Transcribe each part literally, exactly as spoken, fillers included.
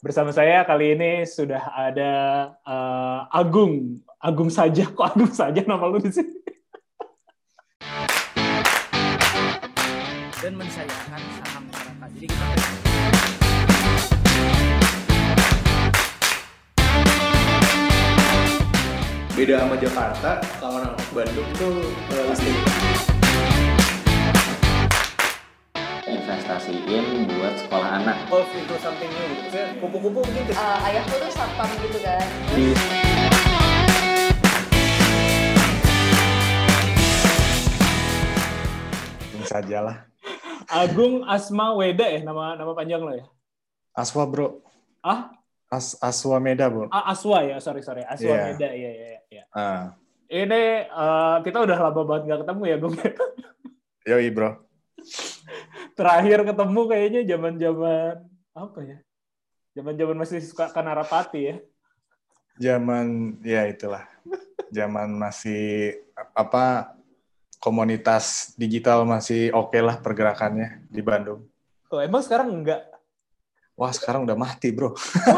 bersama saya kali ini sudah ada uh, Agung. Agung saja, kok Agung saja nama lu di sini? Dan mensayangkan saham masyarakat. Jadi kita beda sama Jakarta, kalau orang Bandung tuh uh, listing. Investasiin buat sekolah anak. evolve into something new gitu. Maksudnya kupu-kupu mungkin uh, ayahku tuh satpam gitu kan. Di Ini sajalah. Agung Asma Weda ya nama nama panjang lo ya? Aswa bro. Ah? As Aswa Meda bro. Ah, Aswa ya, sorry sorry. Aswa Yeah. Weda, iya iya iya. Ah. Ini uh, kita udah lama banget nggak ketemu ya, Gung. Yoi bro. Terakhir ketemu kayaknya zaman-zaman apa ya? Zaman-zaman masih suka Kanarapati ya. Zaman ya itulah. Zaman masih apa komunitas digital masih oke lah pergerakannya di Bandung. Oh, emang sekarang enggak? Wah sekarang udah mati bro.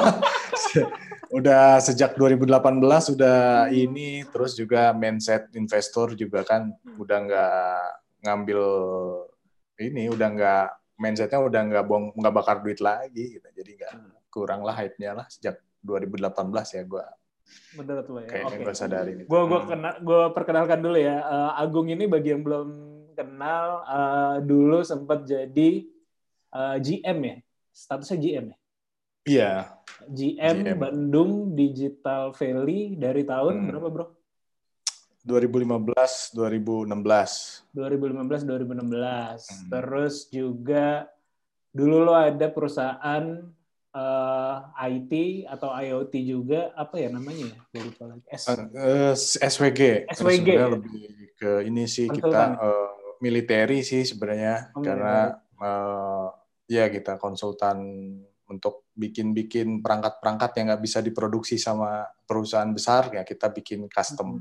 Udah sejak dua ribu delapan belas udah ini, terus juga mindset investor juga kan udah nggak ngambil ini, udah nggak mindsetnya udah nggak bong nggak bakar duit lagi gitu. Jadi nggak kurang lah hype-nya lah sejak dua ribu delapan belas ya gue. Menurut lo ya. Kayaknya Oke. gue sadarin. Gue gue kena gue perkenalkan dulu ya. Uh, Agung ini bagi yang belum kenal, uh, dulu sempat jadi uh, G M ya. Statusnya G M ya. Iya. G M, G M Bandung Digital Valley dari tahun hmm. berapa bro? dua ribu lima belas dua ribu enam belas. dua ribu lima belas dua ribu enam belas. Hmm. Terus juga dulu lo ada perusahaan uh, I T atau I O T juga, apa ya namanya ya? Gue lupa lagi. S uh, S W G. S W G. Sebenarnya lebih ke ini sih konsultan. Kita uh, military sih sebenarnya oh, karena uh, ya kita konsultan untuk bikin-bikin perangkat-perangkat yang nggak bisa diproduksi sama perusahaan besar, ya kita bikin custom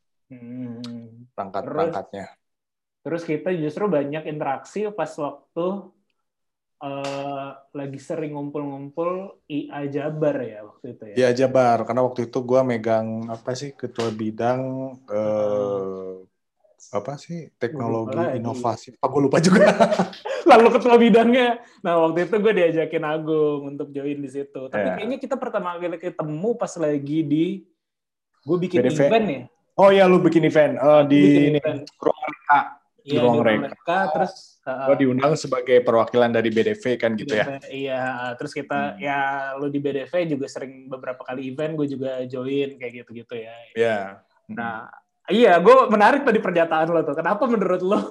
hmm. perangkat-perangkatnya. Terus, terus kita justru banyak interaksi pas waktu uh, lagi sering ngumpul-ngumpul I A Jabar ya waktu itu ya. Iya Jabar, karena waktu itu gue megang apa sih ketua bidang uh, apa sih teknologi inovasi. Apa gue lupa juga. Lalu ketua bidangnya. Nah waktu itu gue diajakin Agung untuk join di situ. Tapi yeah. kayaknya kita pertama kali ketemu pas lagi di gue bikin B D V. Event ya. Oh iya lu bikin event uh, di event. Ruang Reka. Iya, di Ruang Reka. Terus uh, gue diundang sebagai perwakilan dari B D V kan gitu B D V, ya. Iya. Terus kita hmm. ya lu di B D V juga sering beberapa kali event. Gue juga join kayak gitu-gitu ya. Iya. Yeah. Nah. Iya, gue menarik tadi pernyataan lo tuh. Kenapa menurut lo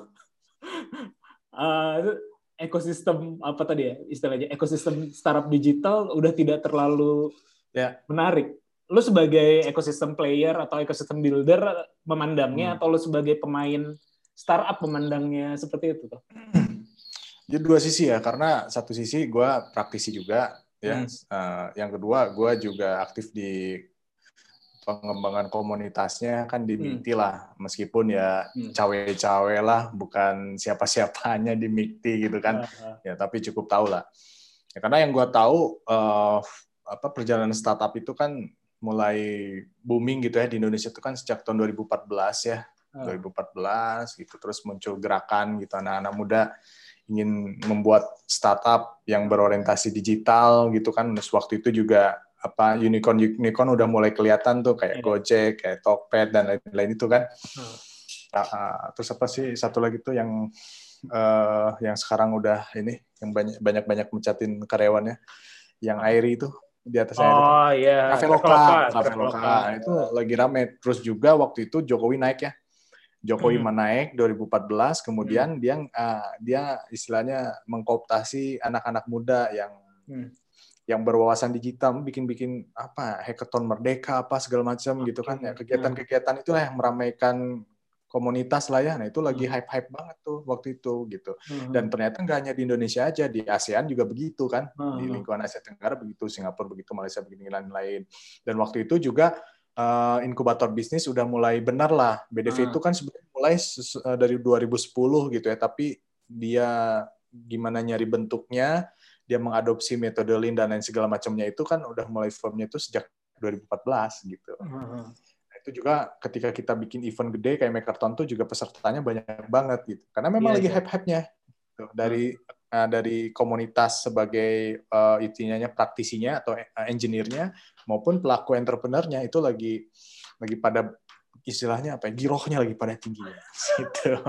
uh, ekosistem apa tadi ya istilahnya ekosistem startup digital udah tidak terlalu ya. menarik? Lo sebagai ekosistem player atau ekosistem builder memandangnya, hmm. atau lo sebagai pemain startup memandangnya seperti itu tuh? Jadi dua sisi ya, karena satu sisi gue praktisi juga, ya. Hmm. Uh, yang kedua gue juga aktif di pengembangan komunitasnya kan di M I K T I lah, meskipun ya hmm. cawe-cawe lah, bukan siapa-siapanya di M I K T I gitu kan, uh-huh. ya tapi cukup tahu lah. Ya, karena yang gue tahu uh, apa perjalanan startup itu kan mulai booming gitu ya di Indonesia itu kan sejak tahun dua ribu empat belas ya, uh. dua ribu empat belas gitu, terus muncul gerakan gitu anak-anak muda ingin membuat startup yang berorientasi digital gitu kan, terus waktu itu juga apa unicorn unicorn udah mulai kelihatan tuh kayak yeah. Gojek, kayak Tokped dan lain-lain itu kan. Hmm. Uh, terus apa sih satu lagi tuh yang uh, yang sekarang udah ini yang banyak banyak banyak mencatin karyawannya, yang Airi itu di atas Airi. Oh iya. Cafe Loka, Cafe Loka itu lagi rame. Terus juga waktu itu Jokowi naik ya. Jokowi hmm. menaik dua ribu empat belas, kemudian hmm. dia uh, dia istilahnya mengkooptasi anak-anak muda yang hmm. yang berwawasan digital, bikin-bikin apa hackathon merdeka apa segala macam gitu kan ya, kegiatan-kegiatan itulah yang meramaikan komunitas lah ya. Nah itu lagi hype-hype banget tuh waktu itu gitu. Uh-huh. Dan ternyata nggak hanya di Indonesia aja, di ASEAN juga begitu kan, uh-huh. di lingkungan Asia Tenggara begitu, Singapura begitu, Malaysia begitu, lain-lain. Dan waktu itu juga uh, inkubator bisnis udah mulai benar lah. B D V uh-huh. itu kan sebenarnya mulai ses- dari dua ribu sepuluh gitu ya, tapi dia gimana nyari bentuknya dia mengadopsi metode Lean dan lain segala macamnya itu kan udah mulai firmnya itu sejak dua ribu empat belas gitu. Hmm. Nah, itu juga ketika kita bikin event gede kayak Makerton tuh juga pesertanya banyak banget gitu. Karena memang Iya, lagi iya. hype-hype-nya gitu. Dari uh, dari komunitas sebagai uh, intinya praktisinya atau uh, engineer-nya maupun pelaku entrepreneur-nya itu lagi lagi pada istilahnya apa ya, girohnya lagi pada tinggi gitu.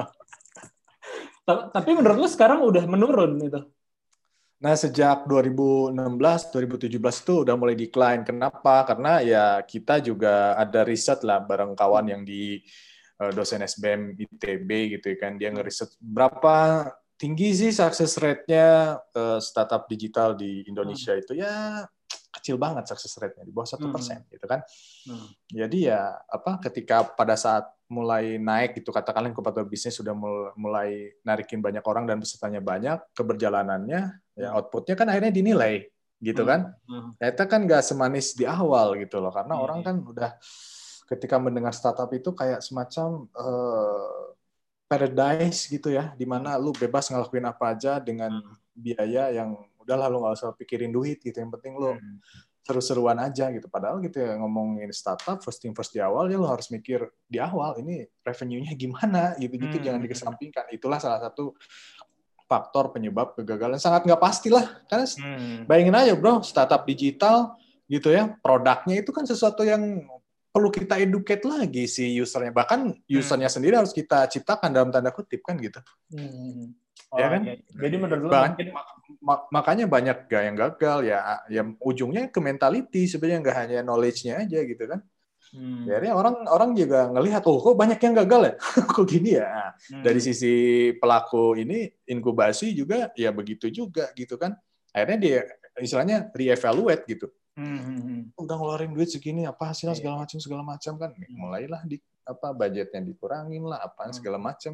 Tapi menurut lu sekarang udah menurun itu? Nah, sejak dua ribu enam belas, dua ribu tujuh belas itu udah mulai decline. Kenapa? Karena ya kita juga ada riset lah bareng kawan yang di uh, dosen S B M I T B gitu kan. Dia ngeriset berapa tinggi sih success rate-nya uh, startup digital di Indonesia itu. Ya kecil banget success rate-nya, di bawah satu persen gitu kan. Hmm. Jadi ya apa ketika pada saat mulai naik gitu, katakanlah inkubator bisnis sudah mulai narikin banyak orang dan pesertanya banyak, keberjalanannya ya outputnya kan akhirnya dinilai gitu kan. Hmm. Ternyata kan nggak semanis di awal gitu loh, karena hmm. orang kan udah ketika mendengar startup itu kayak semacam uh, paradise gitu ya, di mana lu bebas ngelakuin apa aja dengan biaya yang udah lah lu nggak usah pikirin duit gitu, yang penting lu hmm. seru-seruan aja gitu. Padahal gitu ya, ngomongin startup first thing first di awal ya lu harus mikir di awal ini revenue-nya gimana gitu-gitu, hmm. jangan dikesampingkan. Itulah salah satu faktor penyebab kegagalan, sangat nggak pasti lah. Karena hmm. bayangin aja bro, startup digital gitu ya, produknya itu kan sesuatu yang perlu kita educate lagi si usernya. Bahkan usernya hmm. sendiri harus kita ciptakan dalam tanda kutip kan gitu. Hmm. Oh, ya kan? Ya. Jadi menurut lu bah- mungkin mak- makanya banyak gak yang gagal ya, ya ujungnya ke mentality sebenarnya, nggak hanya knowledge-nya aja gitu kan. Hmm. Jadi orang orang juga ngelihat, oh kok banyak yang gagal ya, kok gini ya. Nah, hmm. Dari sisi pelaku ini inkubasi juga ya begitu juga gitu kan. Akhirnya dia istilahnya re-evaluate gitu. Hmm. Udah ngeluarin duit segini, apa hasilnya segala macam segala macam kan. Mulailah di apa budgetnya dikurangin lah, apaan segala macam.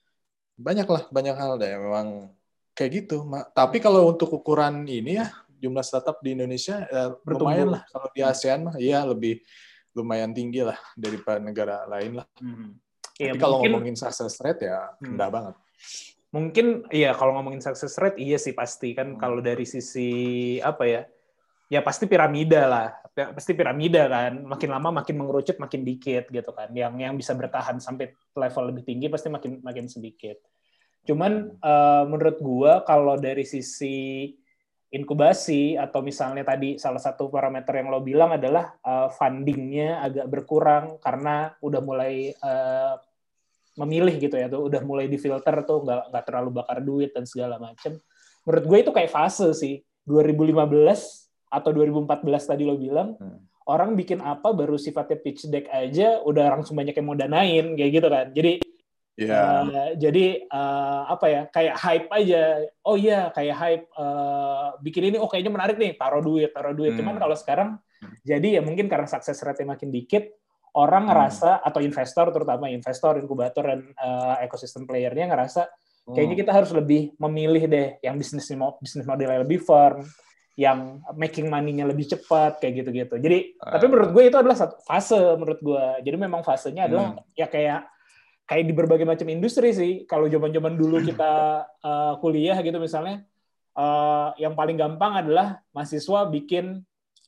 Banyak lah, banyak hal deh memang kayak gitu. Tapi kalau untuk ukuran ini ya, jumlah startup di Indonesia ya, lumayan lah. Kalau di ASEAN mah ya lebih lumayan tinggi lah daripada negara lain lah. Hmm. Ya, tapi kalau mungkin, ngomongin success rate ya hmm. rendah banget. Mungkin iya kalau ngomongin success rate iya sih pasti kan. Hmm. Kalau dari sisi apa ya, ya pasti piramida lah. Pasti piramida kan. Makin lama makin mengerucut makin dikit gitu kan. Yang yang bisa bertahan sampai level lebih tinggi pasti makin makin sedikit. Cuman uh, menurut gua kalau dari sisi inkubasi atau misalnya tadi salah satu parameter yang lo bilang adalah uh, fundingnya agak berkurang karena udah mulai uh, memilih gitu ya, tuh udah mulai difilter tuh nggak nggak terlalu bakar duit dan segala macam. Menurut gue itu kayak fase sih. dua ribu lima belas atau dua ribu empat belas tadi lo bilang hmm. orang bikin apa baru sifatnya pitch deck aja udah langsung banyak yang mau danain kayak gitu kan. Jadi Yeah. Uh, jadi uh, apa ya kayak hype aja. Oh iya kayak hype uh, bikin ini oh kayaknya menarik nih, taruh duit taruh duit. Hmm. Cuman kalau sekarang jadi ya mungkin karena success rate-nya makin dikit, orang hmm. ngerasa atau investor terutama investor inkubator dan uh, ekosistem player-nya ngerasa kayaknya kita harus lebih memilih deh yang bisnis bisnis modelnya lebih firm, yang making money-nya lebih cepat kayak gitu-gitu. Jadi uh. tapi menurut gue itu adalah satu fase menurut gue. Jadi memang fasenya adalah hmm. ya kayak kayak di berbagai macam industri sih. Kalau zaman-zaman dulu kita uh, kuliah gitu misalnya, uh, yang paling gampang adalah mahasiswa bikin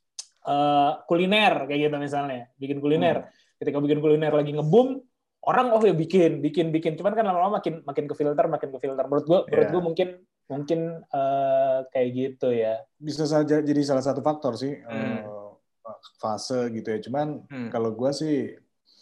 uh, kuliner kayak gitu misalnya, bikin kuliner. Hmm. Ketika bikin kuliner lagi nge-boom, orang oh ya bikin, bikin, bikin. Cuman kan lama-lama makin makin ke filter, makin ke filter. Menurut gue, yeah. menurut gue mungkin mungkin uh, kayak gitu ya. Bisa saja jadi salah satu faktor sih hmm. uh, fase gitu ya. Cuman hmm. kalau gue sih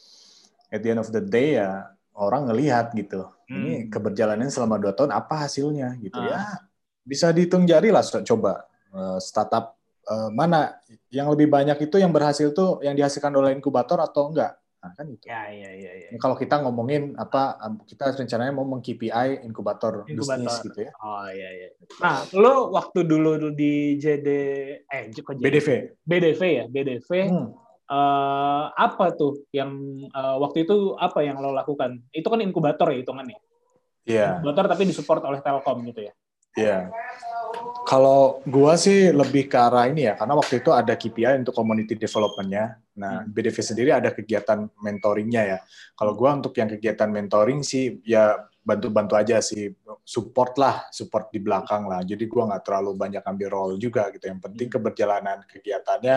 at the end of the day ya orang ngelihat gitu, hmm. ini keberjalanannya selama dua tahun apa hasilnya gitu ah. ya, bisa dihitung jari lah coba uh, startup uh, mana yang lebih banyak itu yang berhasil tuh yang dihasilkan oleh inkubator atau enggak, nah kan itu. Ya, ya, ya, ya. Kalau kita ngomongin apa, kita rencananya mau meng-K P I inkubator, inkubator bisnis gitu ya. Oh iya iya. Nah, lo waktu dulu di J D eh B D V, B D V ya, B D V. Hmm. Uh, apa tuh yang uh, waktu itu apa yang lo lakukan? Itu kan inkubator ya hitungannya. Iya. Yeah. Inkubator tapi disupport oleh Telkom gitu ya. Iya. Yeah. Kalau gua sih lebih ke arah ini ya, karena waktu itu ada K P I untuk community development-nya. Nah, Hmm. B D V sendiri ada kegiatan mentoring-nya ya. Kalau gua untuk yang kegiatan mentoring sih, ya bantu-bantu aja sih, support lah, support di belakang lah. Jadi gua nggak terlalu banyak ambil role juga gitu. Yang penting keberjalanan kegiatannya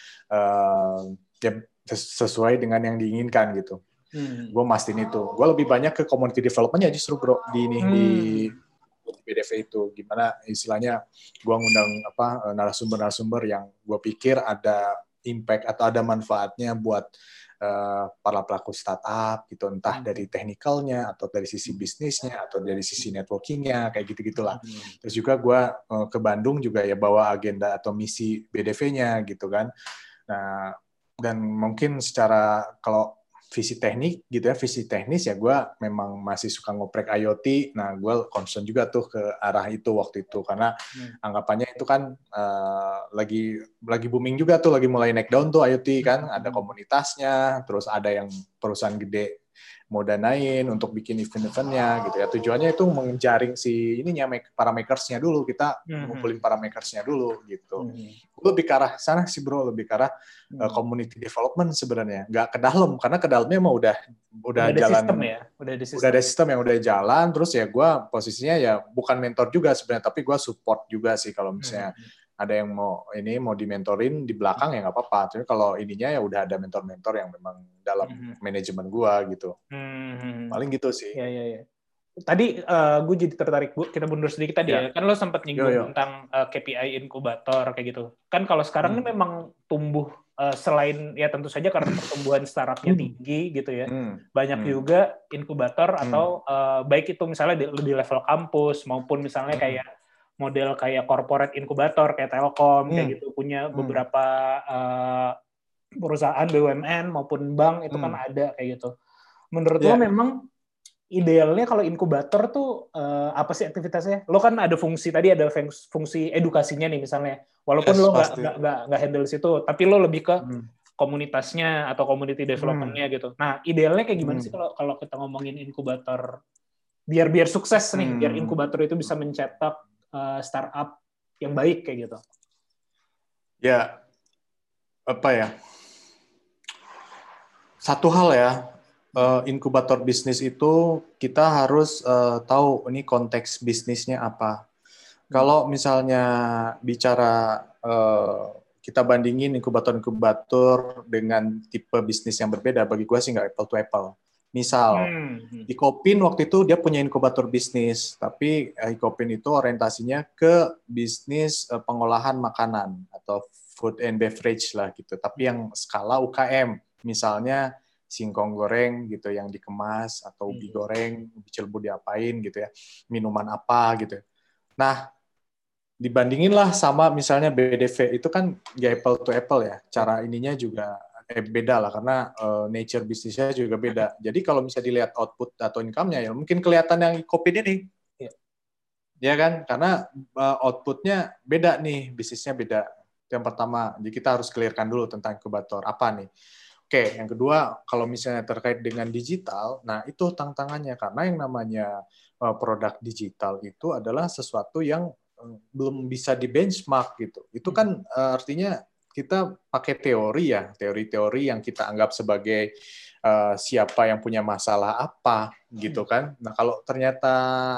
uh, ya sesuai dengan yang diinginkan gitu. Hmm. Gue mastiin itu. Gue lebih banyak ke community development-nya justru bro di ini Hmm. di B D V itu. Gimana istilahnya gue ngundang apa narasumber-narasumber yang gue pikir ada impact atau ada manfaatnya buat uh, para pelaku startup gitu, entah Hmm. dari technicalnya atau dari sisi bisnisnya atau dari sisi networkingnya kayak gitu-gitulah. Hmm. Terus juga gue uh, ke Bandung juga ya bawa agenda atau misi B D V-nya gitu kan. Nah, dan mungkin secara kalau visi teknik gitu ya, visi teknis ya gue memang masih suka ngoprek IoT. Nah, gue concern juga tuh ke arah itu waktu itu karena hmm. anggapannya itu kan uh, lagi lagi booming juga tuh, lagi mulai naik daun tuh IoT kan, ada komunitasnya, terus ada yang perusahaan gede mau danain untuk bikin event-eventnya gitu ya. Tujuannya itu menjaring si ininya para makersnya dulu, kita mm-hmm. ngumpulin para makersnya dulu gitu. Mm-hmm. Lebih ke arah sana sih bro, lebih ke arah mm-hmm. uh, community development sebenarnya, nggak ke dalam karena ke dalamnya mah udah udah, udah jalan, sistem ya, udah ada sistem. udah ada sistem yang udah jalan. Terus ya gue posisinya ya bukan mentor juga sebenarnya, tapi gue support juga sih kalau misalnya mm-hmm. ada yang mau ini mau dimentorin di belakang ya nggak apa-apa. Tapi kalau ininya ya udah ada mentor-mentor yang memang dalam mm-hmm. manajemen gua gitu. Mm-hmm. Paling gitu sih. Ya ya ya. Tadi uh, gue jadi tertarik Bu, kita mundur sedikit tadi ya. ya. Kan lo sempat nyinggung yo, yo. tentang uh, K P I inkubator kayak gitu. Kan kalau sekarang hmm. ini memang tumbuh uh, selain ya tentu saja karena pertumbuhan startupnya hmm. tinggi gitu ya. Hmm. Banyak hmm. juga inkubator hmm. atau uh, baik itu misalnya di, di level kampus maupun misalnya hmm. kayak model kayak corporate inkubator kayak Telkom hmm. kayak gitu punya beberapa uh, perusahaan B U M N maupun bank itu hmm. kan ada kayak gitu. Menurut yeah. lo memang idealnya kalau inkubator tuh uh, apa sih aktivitasnya? Lo kan ada fungsi tadi ada fungsi edukasinya nih misalnya. Walaupun yes, lo nggak nggak nggak handle situ, tapi lo lebih ke hmm. komunitasnya atau community development-nya hmm. gitu. Nah idealnya kayak gimana hmm. sih kalau kalau kita ngomongin inkubator biar biar sukses nih, hmm. biar inkubator itu bisa mencetak uh, startup yang baik kayak gitu. Ya apa ya? Satu hal ya. Uh, inkubator bisnis itu kita harus uh, tahu ini konteks bisnisnya apa. Hmm. Kalau misalnya bicara uh, kita bandingin inkubator-inkubator dengan tipe bisnis yang berbeda, bagi gue sih nggak apple to apple. Misal, hmm. Ecopin waktu itu dia punya inkubator bisnis, tapi uh, Ecopin itu orientasinya ke bisnis uh, pengolahan makanan atau food and beverage lah gitu. Tapi yang skala U K M, misalnya singkong goreng gitu yang dikemas atau ubi goreng, ubi cilbu diapain gitu ya, minuman apa gitu. Nah, dibandingin lah sama misalnya B D V itu kan gak apple to apple ya, cara ininya juga eh, beda lah karena uh, nature bisnisnya juga beda. Jadi kalau misalnya dilihat output atau income-nya ya mungkin kelihatan yang Ecopin ini, ya, ya kan, karena uh, outputnya beda nih, bisnisnya beda. Yang pertama, jadi kita harus clearkan dulu tentang inkubator apa nih. Oke, yang kedua, kalau misalnya terkait dengan digital, nah itu tantangannya karena yang namanya uh, produk digital itu adalah sesuatu yang um, belum bisa di benchmark gitu. Itu kan uh, artinya kita pakai teori ya, teori-teori yang kita anggap sebagai uh, siapa yang punya masalah apa gitu kan. Nah kalau ternyata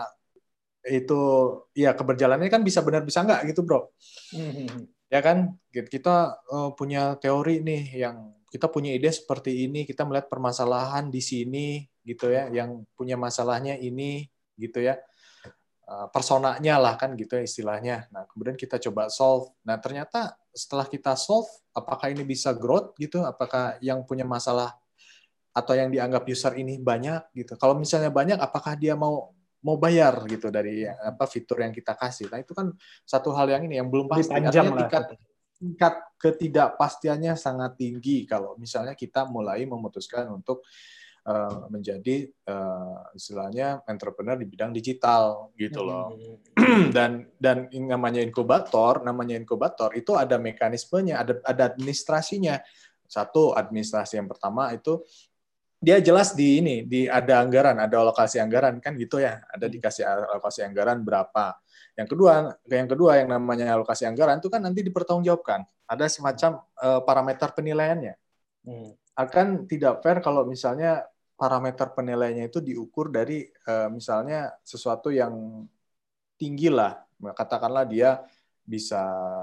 itu ya keberjalanannya kan bisa benar bisa enggak gitu bro. Ya kan, kita uh, punya teori nih yang kita punya ide seperti ini, kita melihat permasalahan di sini gitu ya, yang punya masalahnya ini gitu ya, personanya lah kan gitu ya istilahnya. Nah kemudian kita coba solve. Nah ternyata setelah kita solve, apakah ini bisa growth gitu? Apakah yang punya masalah atau yang dianggap user ini banyak gitu? Kalau misalnya banyak, apakah dia mau mau bayar gitu dari apa fitur yang kita kasih? Nah itu kan satu hal yang ini yang belum pasti. Artinya tingkat tingkat ketidakpastiannya sangat tinggi kalau misalnya kita mulai memutuskan untuk uh, menjadi uh, istilahnya entrepreneur di bidang digital gitu loh. dan dan namanya inkubator, namanya inkubator itu ada mekanismenya, ada ada administrasinya. Satu, administrasi yang pertama itu dia jelas di ini, di ada anggaran, ada alokasi anggaran kan gitu ya, ada dikasih alokasi anggaran berapa. Yang kedua, yang kedua yang namanya alokasi anggaran itu kan nanti dipertanggungjawabkan. Ada semacam uh, parameter penilaiannya. Hmm. Akan tidak fair kalau misalnya parameter penilaiannya itu diukur dari uh, misalnya sesuatu yang tinggi lah, katakanlah dia bisa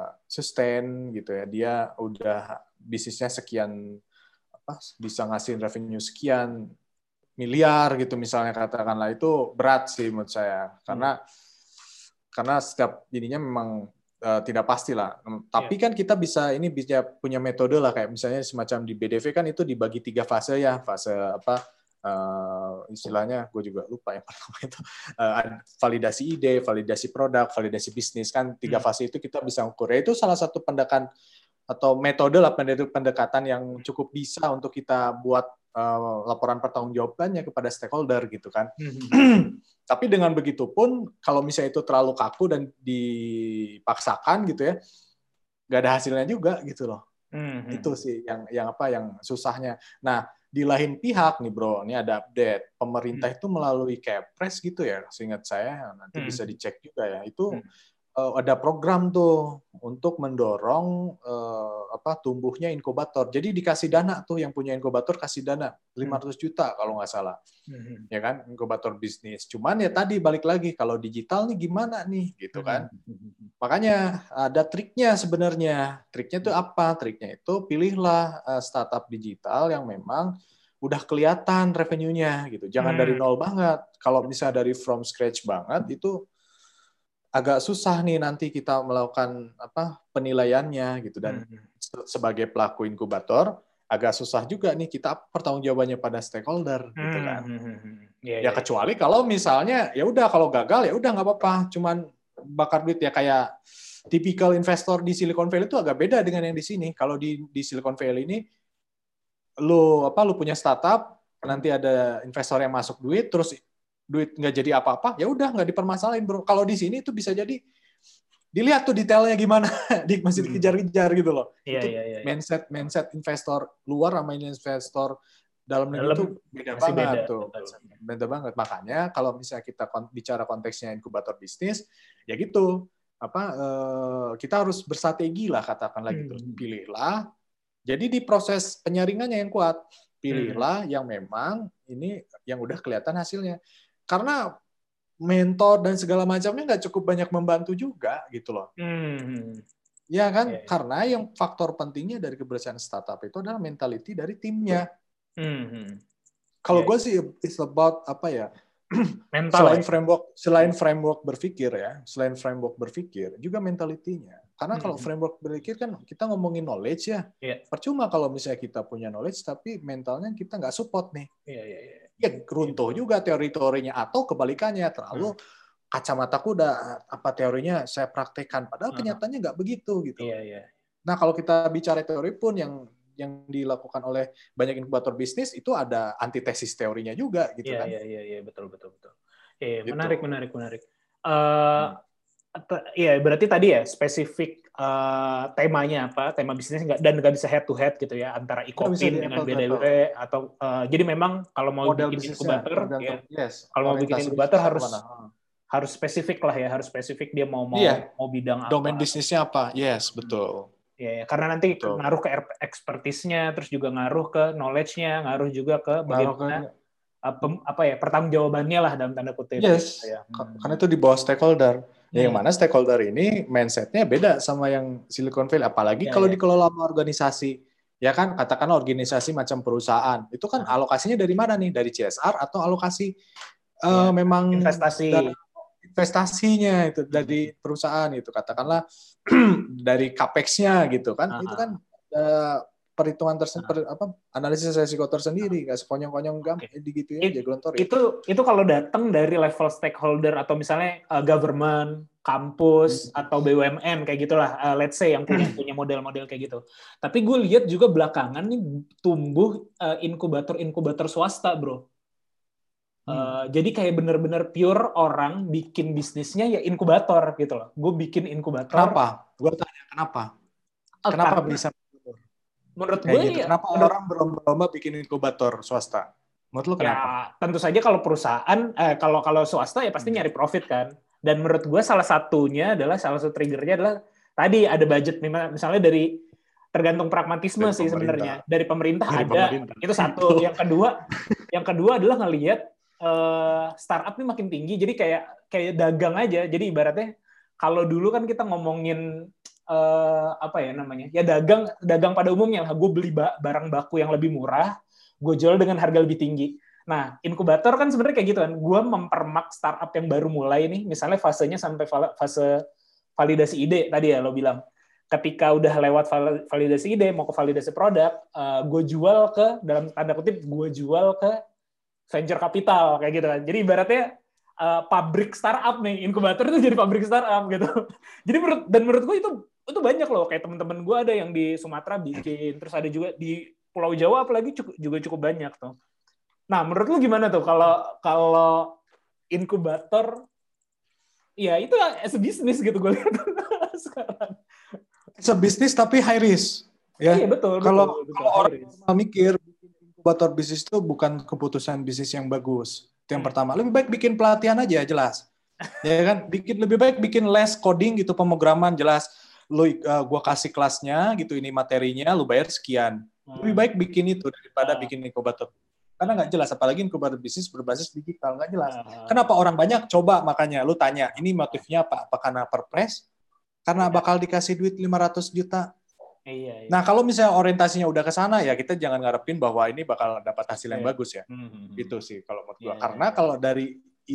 sustain gitu ya, dia udah bisnisnya sekian apa, bisa ngasih revenue sekian miliar gitu misalnya, katakanlah, itu berat sih menurut saya karena hmm. karena setiap ininya memang uh, tidak pasti lah. Tapi yeah. kan kita bisa ini bisa punya metode lah, kayak misalnya semacam di B D V kan itu dibagi tiga fase ya, fase apa uh, istilahnya gue juga lupa yang pertama itu uh, validasi ide, validasi produk, validasi bisnis kan tiga hmm. fase itu kita bisa ukur. Ya, itu salah satu pendekatan atau metode lah pendekatan yang cukup bisa untuk kita buat uh, laporan pertanggungjawabannya kepada stakeholder gitu kan. Mm-hmm. Tapi dengan begitu pun kalau misalnya itu terlalu kaku dan dipaksakan gitu ya, nggak ada hasilnya juga gitu loh. Mm-hmm. Itu sih yang yang apa yang susahnya. Nah di lain pihak nih bro, ini ada update pemerintah mm-hmm. itu melalui Kepres gitu ya, seingat saya nanti mm-hmm. bisa dicek juga ya itu. Mm-hmm. Uh, ada program tuh untuk mendorong uh, apa tumbuhnya inkubator. Jadi dikasih dana tuh, yang punya inkubator kasih dana lima ratus juta kalau nggak salah. Hmm. Ya kan, inkubator bisnis. Cuman ya tadi balik lagi kalau digital nih gimana nih gitu kan. Hmm. Makanya ada triknya sebenarnya. Triknya tuh apa? Triknya itu pilihlah uh, startup digital yang memang udah kelihatan revenue-nya gitu. Jangan hmm. dari nol banget. Kalau misalnya dari from scratch banget itu agak susah nih nanti kita melakukan apa penilaiannya gitu, dan hmm. sebagai pelaku inkubator agak susah juga nih kita pertanggungjawabannya pada stakeholder hmm. gitu kan. Hmm. Ya, ya, ya kecuali ya. Kalau misalnya ya udah kalau gagal ya udah nggak apa-apa, cuman bakar duit ya, kayak tipikal investor di Silicon Valley itu agak beda dengan yang di sini. Kalau di di Silicon Valley ini lu apa lu punya startup, nanti ada investor yang masuk duit terus duit nggak jadi apa-apa, ya udah nggak dipermasalahin bro. Kalau di sini itu bisa jadi dilihat tuh detailnya gimana, di masih dikejar-kejar gitu loh. Iya, itu iya, iya. mindset mindset investor luar sama investor dalam negeri itu beda banget beda. tuh, beda banget. Makanya kalau misalnya kita bicara konteksnya inkubator bisnis, ya gitu apa eh, kita harus bersrategi lah katakanlah hmm. gitu. Pilihlah. Jadi di proses penyaringannya yang kuat, pilihlah hmm. yang memang ini yang udah kelihatan hasilnya. Karena mentor dan segala macamnya nggak cukup banyak membantu juga gitu loh. Hmm. Ya kan? Yeah. Karena yang faktor pentingnya dari keberhasilan startup itu adalah mentality dari timnya. Hmm. Kalau yeah. gue sih it's about apa ya? Mental selain ya? framework, selain framework berpikir ya, selain framework berpikir juga mentalitinya. Karena hmm. kalau framework berpikir kan kita ngomongin knowledge ya. Yeah. Percuma kalau misalnya kita punya knowledge tapi mentalnya kita nggak support nih. Yeah, yeah, yeah. Ya runtuh juga teori-teorinya, atau kebalikannya terlalu hmm. kacamataku udah apa teorinya saya praktekkan padahal uh-huh. kenyataannya nggak begitu gitu. Yeah, yeah. Nah kalau kita bicara teori pun yang yang dilakukan oleh banyak inkubator bisnis itu ada antitesis teorinya juga gitu yeah, kan. Iya iya iya betul betul betul. Iya gitu. menarik menarik menarik. Uh, hmm. Iya berarti tadi ya spesifik uh, temanya apa, tema bisnis nggak, dan nggak bisa head to head gitu ya antara Ecopin dengan B D W atau uh, jadi memang kalau mau model bikin inkubator ya, yes, kalau mau bikin inkubator harus mana? harus spesifik lah ya, harus spesifik dia mau mau yeah. mau bidang apa, domain bisnisnya apa, yes betul. Ya, ya, karena nanti betul. ngaruh ke expertise-nya, terus juga ngaruh ke knowledge-nya, ngaruh juga ke bagaimana ke... apa ya pertanggungjawabannya lah dalam tanda kutip. Yes, ya. hmm. karena itu di bawah stakeholder. Ya, hmm. yang mana stakeholder ini mindset-nya beda sama yang Silicon Valley, apalagi ya, kalau ya. dikelola sama organisasi. Ya kan, katakanlah organisasi macam perusahaan, itu kan hmm. alokasinya dari mana nih? Dari C S R atau alokasi ya, uh, memang investasi? Dari investasinya itu dari perusahaan itu, katakanlah dari capex-nya gitu kan. Uh-huh. Itu kan uh, perhitungan tersendiri, uh-huh. apa analisis risiko tersendiri, nggak sekonyong-konyong gampang okay. gitu ya jagoan. Itu itu kalau datang dari level stakeholder atau misalnya uh, government, kampus hmm. atau B U M N kayak gitulah, uh, let's say yang punya punya model-model kayak gitu. Tapi gue lihat juga belakangan nih tumbuh uh, inkubator-inkubator swasta, bro. Uh, hmm. Jadi kayak bener-bener pure orang bikin bisnisnya ya inkubator gitu loh. Gue bikin inkubator. Kenapa? Gue tanya kenapa? Uh, kenapa karena, bisa? Menurut gue gitu. ya. Kenapa menurut, orang berlomba-lomba bikin inkubator swasta? Menurut lu Ya kenapa? tentu saja kalau perusahaan, eh, kalau kalau swasta ya pasti nyari profit kan. Dan menurut gue salah satunya adalah salah satu triggernya adalah tadi ada budget misalnya dari tergantung pragmatisme Dari sih pemerintah. sebenarnya dari pemerintah Dari ada pemerintah. itu satu. Yang kedua, yang kedua adalah ngelihat uh, startup ini makin tinggi. Jadi kayak kayak dagang aja. Jadi ibaratnya kalau dulu kan kita ngomongin uh, apa ya namanya ya dagang dagang pada umumnya lah. Gue beli barang baku yang lebih murah, gue jual dengan harga lebih tinggi. Nah, inkubator kan sebenarnya kayak gitu kan. Gue mempermak startup yang baru mulai nih, misalnya fasenya sampai fase validasi ide tadi ya lo bilang. Ketika udah lewat validasi ide, mau ke validasi produk, uh, gue jual ke, dalam tanda kutip, gue jual ke venture capital, kayak gitu kan. Jadi ibaratnya uh, pabrik startup nih, inkubator itu jadi pabrik startup gitu. Jadi menurut, dan menurut gue itu itu banyak loh, kayak teman-teman gue ada yang di Sumatera bikin, terus ada juga di Pulau Jawa apalagi cukup, juga cukup banyak tuh. Nah, menurut lu gimana tuh kalau kalau inkubator, ya itu as a business gitu gue lihat sekarang. Sebisnis tapi high risk. Ya. Iya betul. Kalau betul, betul, kalau orang normal mikir inkubator bisnis itu bukan keputusan bisnis yang bagus. Itu yang hmm. pertama. Lebih baik bikin pelatihan aja jelas. Ya kan? Bikin lebih baik bikin les coding gitu, pemrograman jelas. Lu uh, gua kasih kelasnya gitu, ini materinya, lu bayar sekian. Lebih baik bikin itu daripada bikin inkubator. Karena nggak jelas, apalagi inkubator bisnis berbasis digital, nggak jelas. Kenapa orang banyak? Coba makanya lu tanya, ini motifnya apa? Apa karena perpres? Karena bakal dikasih duit lima ratus juta. Iya, iya. Nah, kalau misalnya orientasinya udah ke sana, ya kita jangan ngarepin bahwa ini bakal dapat hasil yang bagus ya. Mm-hmm. Itu sih kalau menurut gua. Yeah, Karena yeah. kalau dari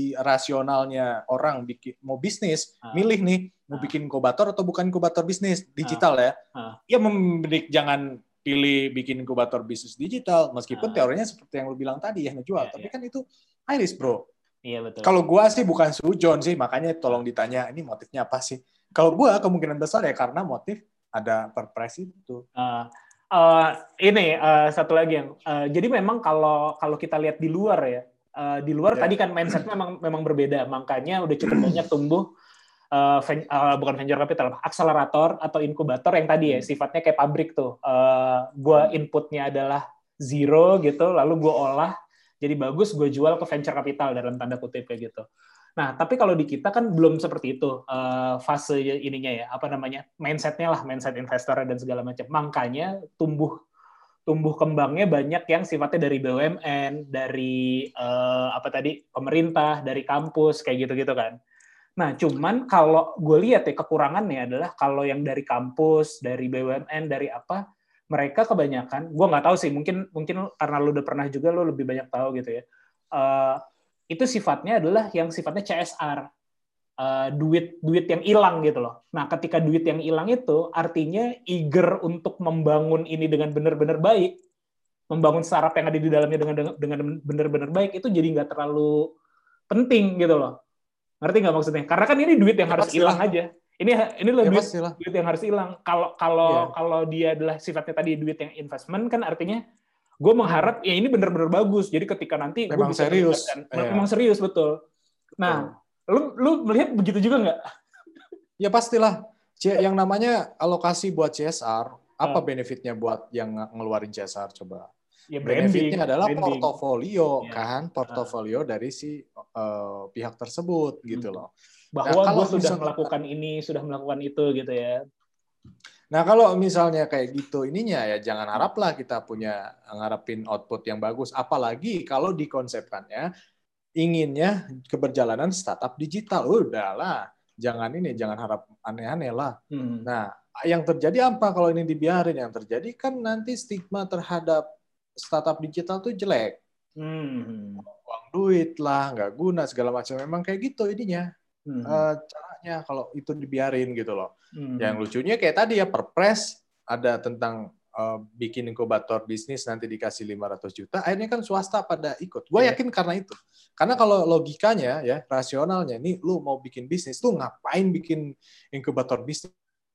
rasionalnya orang bikin mau bisnis, ah. milih nih mau ah. bikin inkubator atau bukan inkubator bisnis digital ah. ya. Ah. Ya membedik jangan pilih bikin inkubator bisnis digital, meskipun ah. teorinya seperti yang lu bilang tadi ya ngejual, yeah, tapi yeah. kan itu high risk, bro. Iya betul. Kalau gua sih bukan sujon sih, makanya tolong ditanya ini motifnya apa sih. Kalau gue kemungkinan besar ya karena motif ada perpres itu. Uh, uh, ini uh, satu lagi yang uh, jadi memang kalau kalau kita lihat di luar ya, uh, di luar yeah. tadi kan mindsetnya memang memang berbeda, makanya udah cukup banyak tumbuh uh, ven, uh, bukan venture capital, akselerator atau inkubator yang tadi ya sifatnya kayak pabrik tuh. Uh, gue inputnya adalah zero gitu, lalu gue olah jadi bagus, gue jual ke venture capital dalam tanda kutip kayak gitu. Nah, tapi kalau di kita kan belum seperti itu uh, fase ininya ya, apa namanya, mindsetnya lah, mindset investor dan segala macam. Makanya tumbuh tumbuh kembangnya banyak yang sifatnya dari B U M N, dari uh, apa tadi pemerintah, dari kampus kayak gitu-gitu kan. Nah, cuman kalau gue lihat ya kekurangannya adalah kalau yang dari kampus, dari B U M N, dari apa, mereka kebanyakan, gue nggak tahu sih, mungkin mungkin karena lu udah pernah juga, lu lebih banyak tahu gitu ya. Uh, itu sifatnya adalah yang sifatnya C S R, uh, duit duit yang hilang gitu loh. Nah, ketika duit yang hilang itu artinya eager untuk membangun ini dengan benar-benar baik, membangun startup yang ada di dalamnya dengan dengan benar-benar baik itu jadi nggak terlalu penting gitu loh. Ngerti nggak maksudnya? Karena kan ini duit yang ya, harus hilang aja. Ini ini loh ya, duit, duit yang harus hilang. Kalau kalau yeah. kalau dia adalah sifatnya tadi duit yang investment kan artinya gue mengharap ya ini benar-benar bagus. Jadi ketika nanti memang gue bisa serius, ya. memang serius betul. Nah, betul. lu lu melihat begitu juga nggak? Ya pastilah. Yang namanya alokasi buat C S R, apa uh. benefitnya buat yang ngeluarin C S R coba? Ya, branding, benefitnya adalah branding. portofolio ya. kan, portofolio uh. dari si uh, pihak tersebut gitu loh. Bahwa nah, gue sudah misalnya, melakukan ini, sudah melakukan itu gitu ya. Nah, kalau misalnya kayak gitu ininya ya jangan haraplah kita punya ngarepin output yang bagus, apalagi kalau dikonsepkannya inginnya keberjalanan startup digital. Udahlah, jangan ini, jangan harap aneh-aneh lah. Hmm. Nah, yang terjadi apa kalau ini dibiarin? Yang terjadi kan nanti stigma terhadap startup digital tuh jelek. Hmm. Uang duit lah, nggak guna segala macam. Memang kayak gitu ininya. Hmm. Uh, caranya kalau itu dibiarin gitu loh. Hmm. Yang lucunya kayak tadi ya perpres ada tentang uh, bikin inkubator bisnis nanti dikasih lima ratus juta, akhirnya kan swasta pada ikut. Gue yakin karena itu. Karena kalau logikanya ya, rasionalnya nih lu mau bikin bisnis, lu ngapain bikin inkubator bisnis,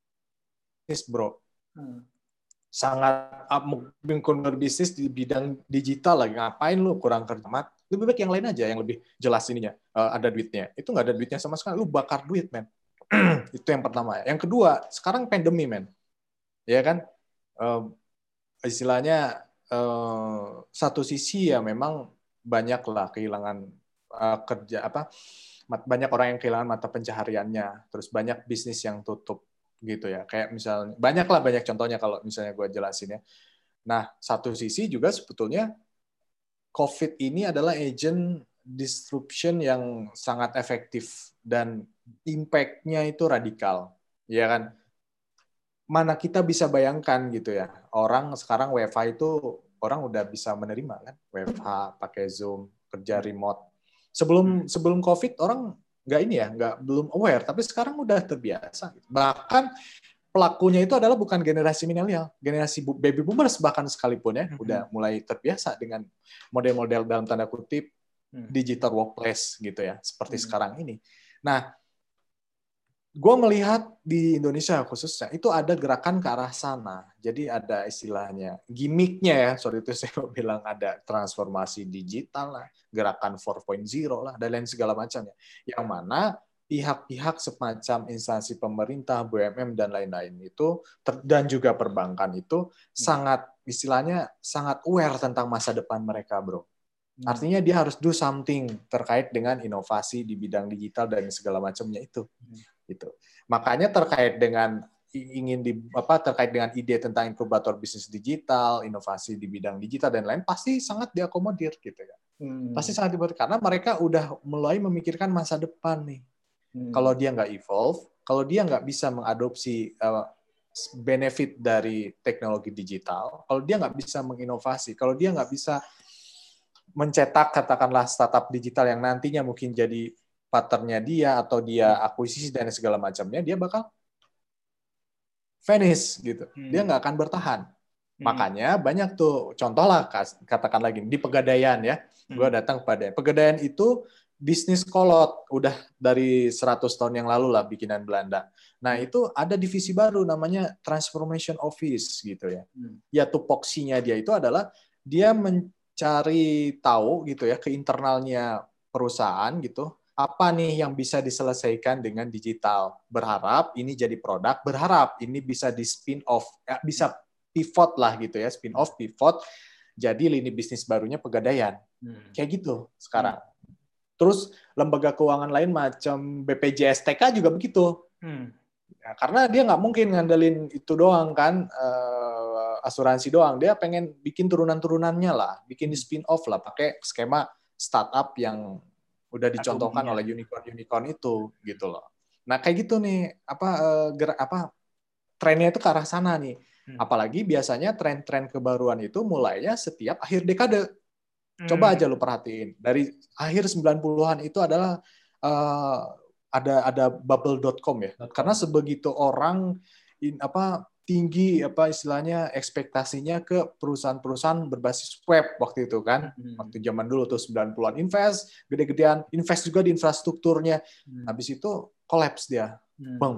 bro? Hmm. Sangat inkubator bisnis di bidang digital lagi, ngapain lu kurang kerja mat? Lebih baik yang lain aja yang lebih jelas ininya, uh, ada duitnya. Itu nggak ada duitnya sama sekali, lu bakar duit, men. Itu yang pertama. Yang kedua, sekarang pandemi, men. Ya kan? Uh, istilahnya uh, satu sisi ya memang banyak lah kehilangan uh, kerja apa banyak orang yang kehilangan mata pencahariannya, terus banyak bisnis yang tutup gitu ya. Kayak misalnya banyak lah banyak contohnya kalau misalnya gue jelasin ya. Nah, satu sisi juga sebetulnya COVID ini adalah agent disruption yang sangat efektif dan impact-nya itu radikal, ya kan? Mana kita bisa bayangkan gitu ya, orang sekarang W F H itu orang udah bisa menerima kan, W F H pakai Zoom, kerja remote. Sebelum sebelum COVID orang nggak ini ya, nggak belum aware, tapi sekarang udah terbiasa. Bahkan pelakunya itu adalah bukan generasi milenial, generasi baby boomers bahkan sekalipun ya, udah mulai terbiasa dengan model-model dalam tanda kutip digital workplace gitu ya, seperti sekarang ini. Nah, gue melihat di Indonesia khususnya itu ada gerakan ke arah sana. Jadi ada istilahnya gimmicknya ya, sorry itu saya bilang ada transformasi digital lah, gerakan empat titik nol lah, dan lain segala macamnya. Yang mana pihak-pihak semacam instansi pemerintah, B U M M dan lain-lain itu dan juga perbankan itu sangat istilahnya sangat aware tentang masa depan mereka, bro. Artinya dia harus do something terkait dengan inovasi di bidang digital dan segala macamnya itu. Gitu. Makanya terkait dengan ingin di apa terkait dengan ide tentang inkubator bisnis digital, inovasi di bidang digital dan lain pasti sangat diakomodir gitu ya. Hmm. Pasti sangat diakomodir karena mereka udah mulai memikirkan masa depan nih. Hmm. Kalau dia nggak evolve, kalau dia nggak bisa mengadopsi uh, benefit dari teknologi digital, kalau dia nggak bisa menginovasi, kalau dia nggak bisa mencetak katakanlah startup digital yang nantinya mungkin jadi partnernya dia atau dia akuisisi dan segala macamnya, dia bakal vanish gitu. Hmm. Dia nggak akan bertahan. Hmm. Makanya banyak tuh contoh lah katakan lagi di Pegadaian ya. Hmm. Gue datang pada Pegadaian itu bisnis kolot udah dari seratus tahun yang lalu lah bikinan Belanda. Nah, itu ada divisi baru namanya Transformation Office gitu ya. Hmm. Ya tupoksinya dia itu adalah dia mencari tahu gitu ya ke internalnya perusahaan gitu. Apa nih yang bisa diselesaikan dengan digital? Berharap ini jadi produk, berharap ini bisa di spin off, ya, bisa pivot lah gitu ya, spin off, pivot, jadi lini bisnis barunya Pegadaian. Hmm. Kayak gitu sekarang. Hmm. Terus lembaga keuangan lain macam B P J S T K juga begitu. Hmm. Ya, karena dia nggak mungkin ngandelin itu doang kan, uh, asuransi doang. Dia pengen bikin turunan-turunannya lah, bikin di spin off lah, pakai skema startup yang udah dicontohkan oleh unicorn-unicorn itu gitu loh. Nah kayak gitu nih apa gerak apa trennya itu ke arah sana nih. Hmm. Apalagi biasanya tren-tren kebaruan itu mulainya setiap akhir dekade. Hmm. Coba aja lu perhatiin. Dari akhir sembilan puluhan itu adalah uh, ada ada bubble dot com ya. Karena sebegitu orang in, apa tinggi apa istilahnya ekspektasinya ke perusahaan-perusahaan berbasis web waktu itu kan. Hmm. Waktu zaman dulu tuh sembilan puluhan invest, gede-gedean, invest juga di infrastrukturnya. Hmm. Habis itu collapse dia. Hmm. Boom.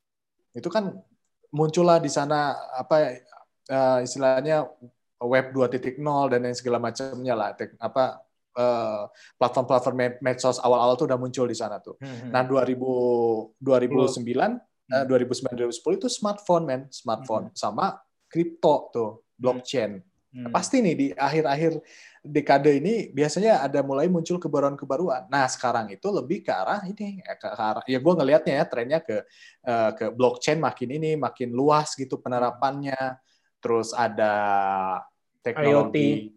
Itu kan muncullah di sana apa uh, istilahnya web dua titik nol dan lain segala macamnya lah. Tek, apa uh, platform-platform medsos awal-awal tuh udah muncul di sana tuh. Hmm. Nah, dua ribu dua ribu sembilan Uh, dua ribu sembilan dua ribu sepuluh itu smartphone men, smartphone hmm. sama kripto tuh, blockchain. Hmm. Nah, pasti nih di akhir-akhir dekade ini biasanya ada mulai muncul kebaruan-kebaruan. Nah, sekarang itu lebih ke arah ini ke arah ya gue ngelihatnya ya trennya ke uh, ke blockchain makin ini makin luas gitu penerapannya. Terus ada teknologi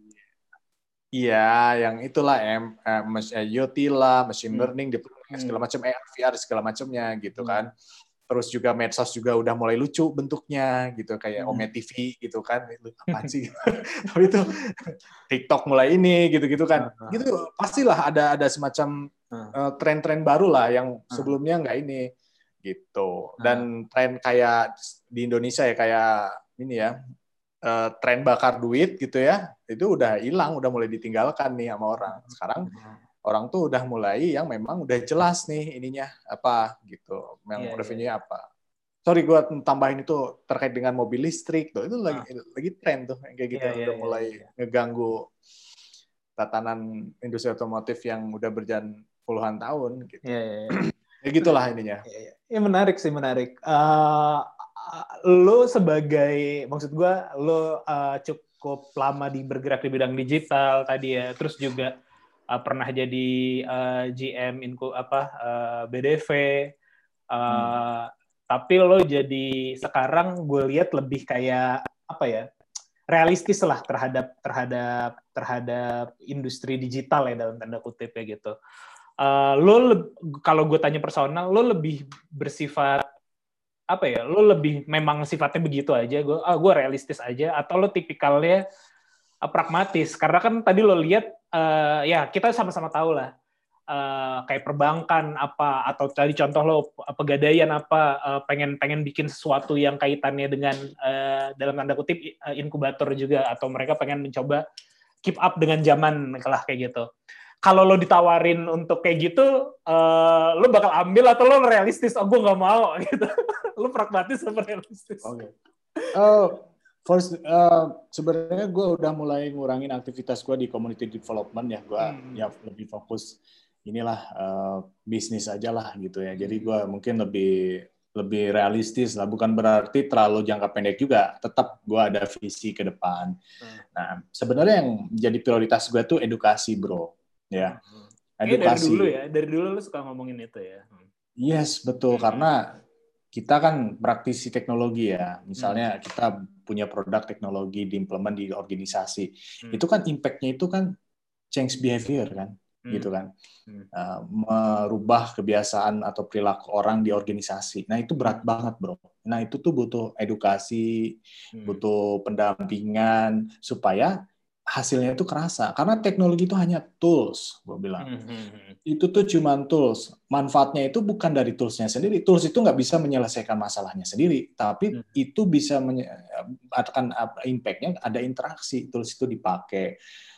iya, yang itulah em I O T lah, machine learning, hmm. segala macam A R, V R segala macamnya gitu hmm. kan. Terus juga medsos juga udah mulai lucu bentuknya gitu kayak hmm. Ome T V gitu kan, apaan sih? Tapi itu TikTok mulai ini gitu-gitu kan, uh-huh. gitu pastilah ada ada semacam uh-huh. uh, tren-tren baru lah yang sebelumnya nggak ini gitu. Dan uh-huh. tren kayak di Indonesia ya kayak ini ya uh, tren bakar duit gitu ya, itu udah hilang, udah mulai ditinggalkan nih sama orang. Sekarang uh-huh. orang tuh udah mulai yang memang udah jelas nih ininya apa gitu, yang yeah, revenue-nya yeah. apa. Sorry gue tambahin itu terkait dengan mobil listrik tuh, itu lagi ah. lagi tren tuh yang kayak gitu yeah, yang yeah, udah yeah, mulai yeah. ngeganggu tatanan industri otomotif yang udah berjalan puluhan tahun gitu. Yeah, yeah, yeah. Ya gitulah ininya. Yeah, yeah. Ya menarik sih menarik. Uh, lo sebagai maksud gue lo uh, cukup lama di bergerak di bidang digital tadi ya, terus juga uh, pernah jadi uh, G M Inku apa uh, B D V, uh, hmm. tapi lo jadi sekarang gue lihat lebih kayak apa ya, realistis lah terhadap terhadap terhadap industri digital ya dalam tanda kutip ya gitu. Uh, lo le- kalau gue tanya personal, lo lebih bersifat apa ya? Lo lebih memang sifatnya begitu aja. Gue ah gue realistis aja, atau lo tipikalnya uh, pragmatis? Karena kan tadi lo lihat uh, ya kita sama-sama tahu lah. Uh, kayak perbankan apa, atau tadi contoh lo pegadaian apa, uh, pengen pengen bikin sesuatu yang kaitannya dengan uh, dalam tanda kutip uh, inkubator juga, atau mereka pengen mencoba keep up dengan zaman lah kayak gitu. Kalau lo ditawarin untuk kayak gitu, uh, lo bakal ambil atau lo realistis? Oh gue nggak mau gitu. Lo pragmatis atau realistis? Oke. Okay. Uh, first, uh, sebenarnya gue udah mulai ngurangin aktivitas gue di community development ya. Gue hmm. ya lebih fokus inilah uh, bisnis aja lah gitu ya. Jadi gue mungkin lebih lebih realistis lah. Bukan berarti terlalu jangka pendek juga. Tetap gue ada visi ke depan. Hmm. Nah, sebenarnya yang jadi prioritas gue tuh edukasi, bro. Ya, hmm. edukasi. Dari dulu ya. Dari dulu lu suka ngomongin itu ya. Hmm. Yes, betul. Hmm. Karena kita kan praktisi teknologi ya. Misalnya hmm. kita punya produk teknologi diimplement di organisasi. Hmm. Itu kan impact-nya itu kan change behavior kan. Hmm. gitu kan, hmm. uh, merubah kebiasaan atau perilaku orang di organisasi. Nah itu berat banget bro. Nah itu tuh butuh edukasi, hmm. butuh pendampingan supaya hasilnya itu kerasa. Karena teknologi itu hanya tools, gue bilang. Hmm. Itu tuh cuma tools. Manfaatnya itu bukan dari toolsnya sendiri. Tools itu nggak bisa menyelesaikan masalahnya sendiri, tapi hmm. itu bisa menye- akan impact-nya ada interaksi. Tools itu dipakai,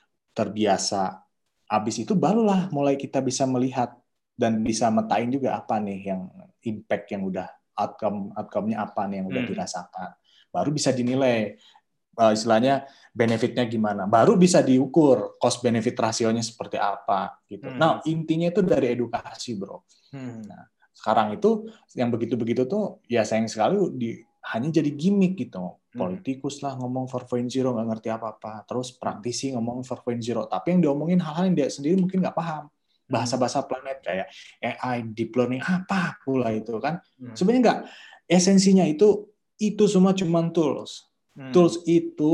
terbiasa. Habis itu barulah mulai kita bisa melihat dan bisa metain juga apa nih yang impact yang udah outcome outcome-nya apa nih yang udah hmm. dirasakan. Baru bisa dinilai uh, istilahnya benefitnya gimana. Baru bisa diukur cost benefit rasionya seperti apa gitu. Hmm. Nah, intinya itu dari edukasi, bro. Hmm. Nah, sekarang itu yang begitu-begitu tuh ya sayang sekali di hanya jadi gimmick gitu. Politikus lah ngomong empat titik nol nggak ngerti apa-apa. Terus praktisi ngomong empat titik nol. Tapi yang diomongin hal-hal yang dia sendiri mungkin nggak paham. Bahasa-bahasa planet kayak A I, deep learning, apa pula itu kan. Sebenarnya nggak. Esensinya itu, itu semua cuma tools. Hmm. Tools itu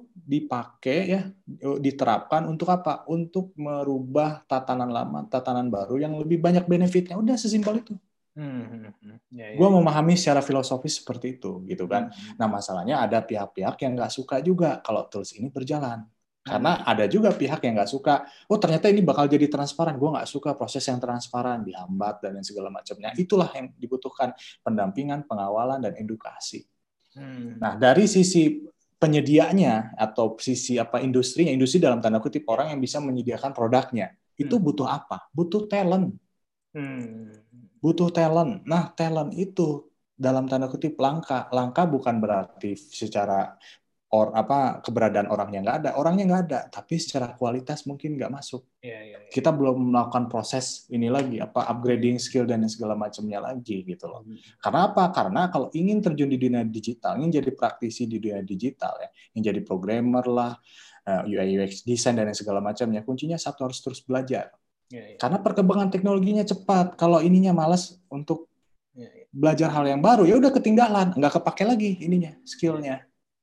dipakai ya, diterapkan untuk apa? Untuk merubah tatanan lama, tatanan baru yang lebih banyak benefitnya. Udah sesimpel itu. Hmm. Ya, ya, gue memahami secara filosofis seperti itu, gitu kan. Hmm. Nah masalahnya ada pihak-pihak yang nggak suka juga kalau tools ini berjalan, karena hmm. ada juga pihak yang nggak suka. Oh ternyata ini bakal jadi transparan, gue nggak suka proses yang transparan, dihambat dan segala macamnya. Itulah yang dibutuhkan pendampingan, pengawalan dan edukasi. Hmm. Nah dari sisi penyedianya atau sisi apa industrinya, industri dalam tanda kutip orang yang bisa menyediakan produknya, itu hmm. butuh apa? Butuh talent. Hmm. Butuh talent. Nah, talent itu dalam tanda kutip langka. Langka bukan berarti secara or apa keberadaan orangnya nggak ada. Orangnya nggak ada, tapi secara kualitas mungkin nggak masuk. Ya, ya, ya. Kita belum melakukan proses ini lagi, apa upgrading skill dan segala macamnya lagi gitu loh. Hmm. Karena apa? Karena kalau ingin terjun di dunia digital, ingin jadi praktisi di dunia digital ya, ingin jadi programmer lah, U I U X design dan segala macamnya, kuncinya satu harus terus belajar. Ya, ya. Karena perkembangan teknologinya cepat. Kalau ininya malas untuk ya, ya. belajar hal yang baru, ya udah ketinggalan, nggak kepake lagi ininya, skillnya,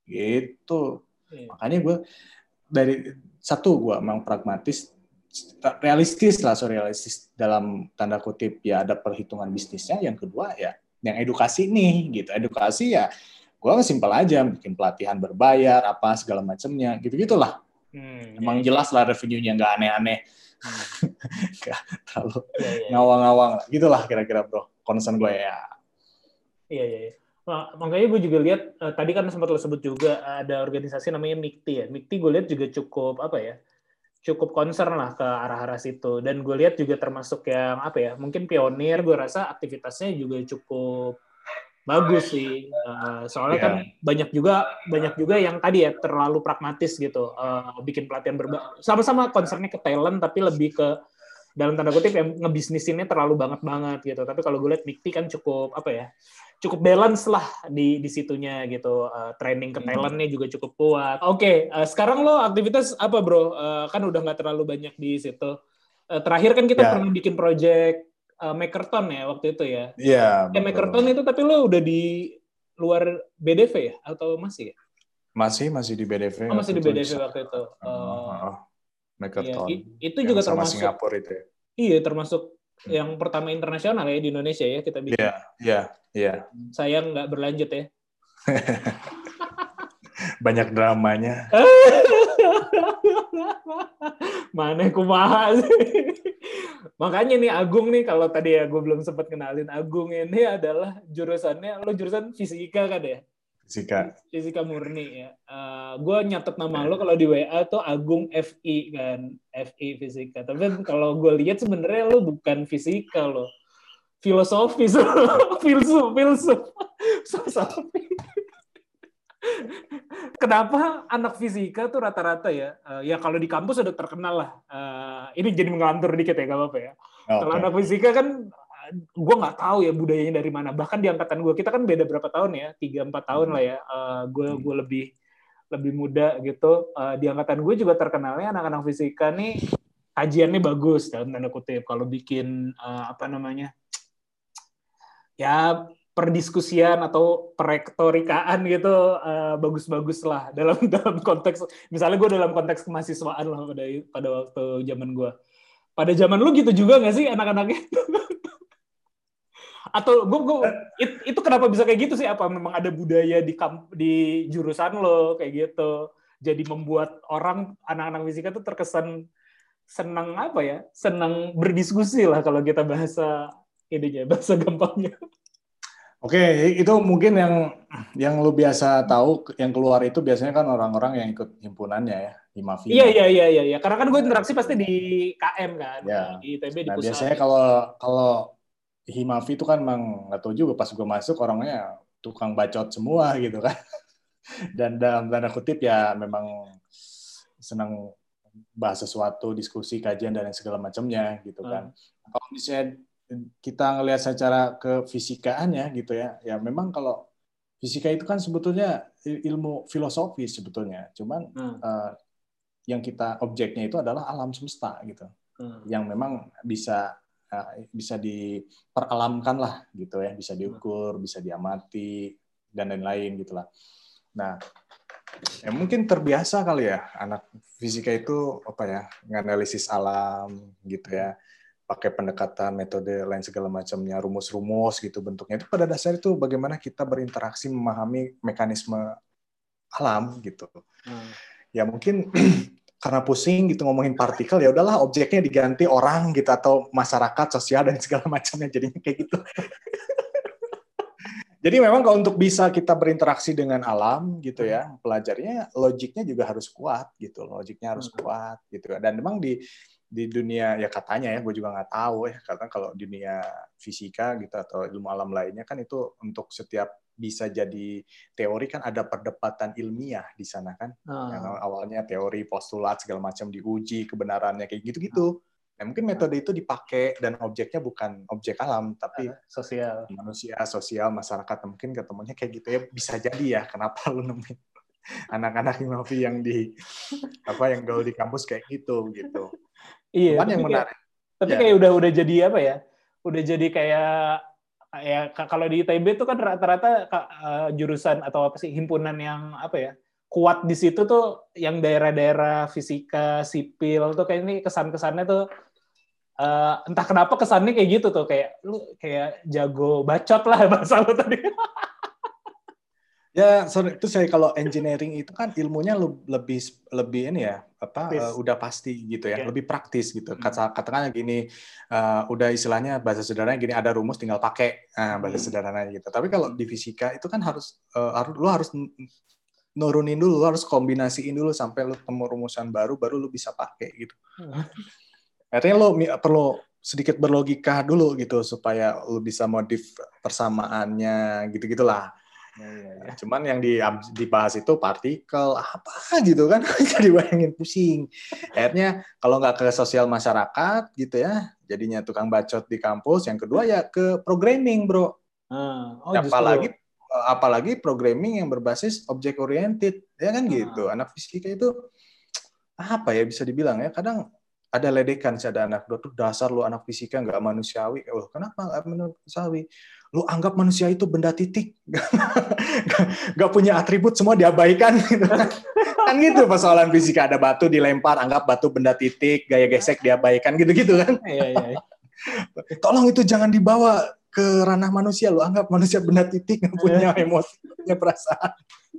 gitu. Ya. Makanya gue dari satu gue memang pragmatis, realistis lah, so realistis dalam tanda kutip ya ada perhitungan bisnisnya. Yang kedua ya, yang edukasi nih, gitu. Edukasi ya, gue simpel aja, bikin pelatihan berbayar, apa segala macamnya, gitu gitulah. Hmm, Emang ya, jelas lah revenue-nya nggak aneh-aneh. Hmm. Gak terlalu ya, ya, ngawang-ngawang ya. Gitulah kira-kira bro concern gue ya. Iya iya. Nah, makanya gue juga lihat uh, tadi kan sempat lo sebut juga uh, ada organisasi namanya M I K T I ya. M I K T I gue lihat juga cukup apa ya, cukup concern lah ke arah-arah situ. Dan gue lihat juga termasuk yang apa ya, mungkin pionir. Gue rasa aktivitasnya juga cukup bagus sih. Uh, soalnya yeah. kan banyak juga banyak juga yang tadi ya terlalu pragmatis gitu, uh, bikin pelatihan berba- sama-sama concernnya ke talent tapi lebih ke dalam tanda kutip yang ngebisnisinnya terlalu banget banget gitu. Tapi kalau gue lihat M I K T I kan cukup apa ya, cukup balance lah di di situnya gitu. Uh, training ke talentnya juga cukup kuat. Oke, okay, uh, sekarang lo aktivitas apa bro? Uh, kan udah nggak terlalu banyak di situ. Uh, terakhir kan kita Ya. pernah bikin project uh, Makerton ya waktu itu ya. Iya, Ya betul. Makerton itu tapi lo udah di luar B D V ya atau masih ya? Masih masih di B D V Oh, masih di waktu B D V itu. waktu itu. Uh, Uh, uh, iya, Makerton. i- itu Yang juga sama termasuk Singapura itu ya. iya termasuk yang pertama internasional ya di Indonesia ya kita bikin. Iya, iya, iya. Sayang nggak berlanjut ya. Banyak dramanya. Mana kumaha sih. Makanya nih Agung nih, kalau tadi ya gue belum sempat kenalin, Agung ini adalah jurusannya, lo jurusan fisika kan ya? Fisika. Fisika murni ya. Uh, gue nyatet nama lo kalau di W A tuh Agung F I kan, F I fisika. Tapi kalau gue lihat sebenarnya lo bukan fisika lo, filosofis, filsuf, filsuf, filosofi. Kenapa anak fisika tuh rata-rata ya, uh, ya kalau di kampus udah terkenal lah. Uh, ini jadi mengelantur dikit ya, gak apa-apa ya. Okay. Kalau anak fisika kan, gue nggak tahu ya budayanya dari mana. Bahkan di angkatan gue, kita kan beda berapa tahun ya, tiga empat tahun lah ya. Uh, gue gue lebih lebih muda gitu. Uh, di angkatan gue juga terkenalnya anak-anak fisika nih kajiannya bagus dalam tanda kutip. Kalau bikin uh, apa namanya, ya perdiskusian atau perektorikaan gitu uh, bagus-bagus lah dalam dalam konteks, misalnya gue dalam konteks kemahasiswaan lah pada pada waktu zaman gue. Pada zaman lu gitu juga nggak sih anak-anaknya? Atau gue gue it, itu kenapa bisa kayak gitu sih? Apa memang ada budaya di kamp, di jurusan lo kayak gitu? Jadi membuat orang anak-anak fisika tuh terkesan senang apa ya? Senang berdiskusi lah kalau kita bahasa ininya, bahasa gampangnya. Oke, itu mungkin yang yang lu biasa tahu, yang keluar itu biasanya kan orang-orang yang ikut himpunannya ya, Himafi. Iya iya iya iya, karena kan gue interaksi pasti di K M kan, ya. di I T B di Nah, pusat. biasanya kalau kalau Himafi itu kan memang nggak tahu juga, pas gue masuk orangnya tukang bacot semua gitu kan. Dan dalam tanda kutip ya memang senang bahas sesuatu, diskusi, kajian dan segala macamnya gitu kan. Hmm. Kalau misalnya kita ngelihat secara kefisikaannya gitu ya, ya memang kalau fisika itu kan sebetulnya ilmu filosofis sebetulnya, cuman hmm. uh, yang kita objeknya itu adalah alam semesta gitu, hmm. yang memang bisa uh, bisa diperalamkan lah gitu ya, bisa diukur, hmm. bisa diamati dan lain-lain gitulah. Nah, ya mungkin terbiasa kali ya anak fisika itu apa ya, nganalisis alam gitu ya, pakai pendekatan, metode lain segala macamnya, rumus-rumus gitu bentuknya. Itu pada dasar itu bagaimana kita berinteraksi memahami mekanisme alam gitu. Hmm. Ya mungkin karena pusing gitu ngomongin partikel, ya udahlah objeknya diganti orang gitu atau masyarakat, sosial dan segala macamnya, jadinya kayak gitu. Jadi memang kalau untuk bisa kita berinteraksi dengan alam gitu ya, pelajarnya logiknya juga harus kuat gitu, logiknya harus kuat gitu. Dan memang di di dunia ya katanya ya, gue juga nggak tahu ya, karena kalau di dunia fisika gitu atau ilmu alam lainnya kan itu untuk setiap bisa jadi teori kan ada perdebatan ilmiah di sana kan, hmm. yang awalnya teori, postulat segala macam diuji kebenarannya kayak gitu-gitu. Nah, mungkin metode itu dipakai dan objeknya bukan objek alam tapi sosial, manusia, sosial, masyarakat. Mungkin ketemunya kayak gitu ya, bisa jadi ya. Kenapa lu nemuin anak-anak Himafi yang di apa yang gaul di kampus kayak gitu gitu. Iya, Cuman yang menarik. Kayak, tapi ya. kayak udah udah jadi apa ya? Udah jadi kayak ya kalau di I T B itu kan rata-rata uh, jurusan atau apa sih himpunan yang apa ya? Kuat di situ tuh yang daerah-daerah fisika, sipil tuh kayak ini kesan-kesannya tuh uh, entah kenapa kesannya kayak gitu tuh, kayak lu kayak jago bacot lah bahasa lu tadi. Ya, sorry, itu saya kalau engineering itu kan ilmunya lebih lebih ini ya, apa uh, udah pasti gitu ya, okay. lebih praktis gitu. Kata katakannya gini, uh, udah istilahnya bahasa sederhananya gini, ada rumus tinggal pakai uh, bahasa hmm. sederhananya gitu. Tapi kalau di fisika itu kan harus uh, harus lu harus nurunin dulu, lu harus kombinasiin dulu sampai lu temu rumusan baru, baru lu bisa pakai gitu. Artinya lu perlu sedikit berlogika dulu gitu supaya lu bisa modif persamaannya gitu-gitulah. Ya, ya, ya. Cuman yang dibahas itu partikel apa gitu kan, jadi bayangin pusing. Akhirnya kalau nggak ke sosial masyarakat gitu ya, jadinya tukang bacot di kampus. Yang kedua ya ke programming bro. Hmm. Oh, apalagi justru. apalagi programming yang berbasis object oriented ya kan gitu. Hmm. Anak fisika itu apa ya bisa dibilang ya, kadang ada ledekan sih, ada anak tuh dasar lu anak fisika nggak manusiawi. Oh, kenapa nggak manusiawi? Lu anggap manusia itu benda titik, nggak punya atribut, semua diabaikan gitu kan. Kan gitu persoalan fisika, ada batu dilempar, anggap batu benda titik, gaya gesek diabaikan gitu-gitu kan. Iya, iya. Tolong itu jangan dibawa ke ranah manusia, lu anggap manusia benda titik, nggak punya emosi, nggak punya perasaan.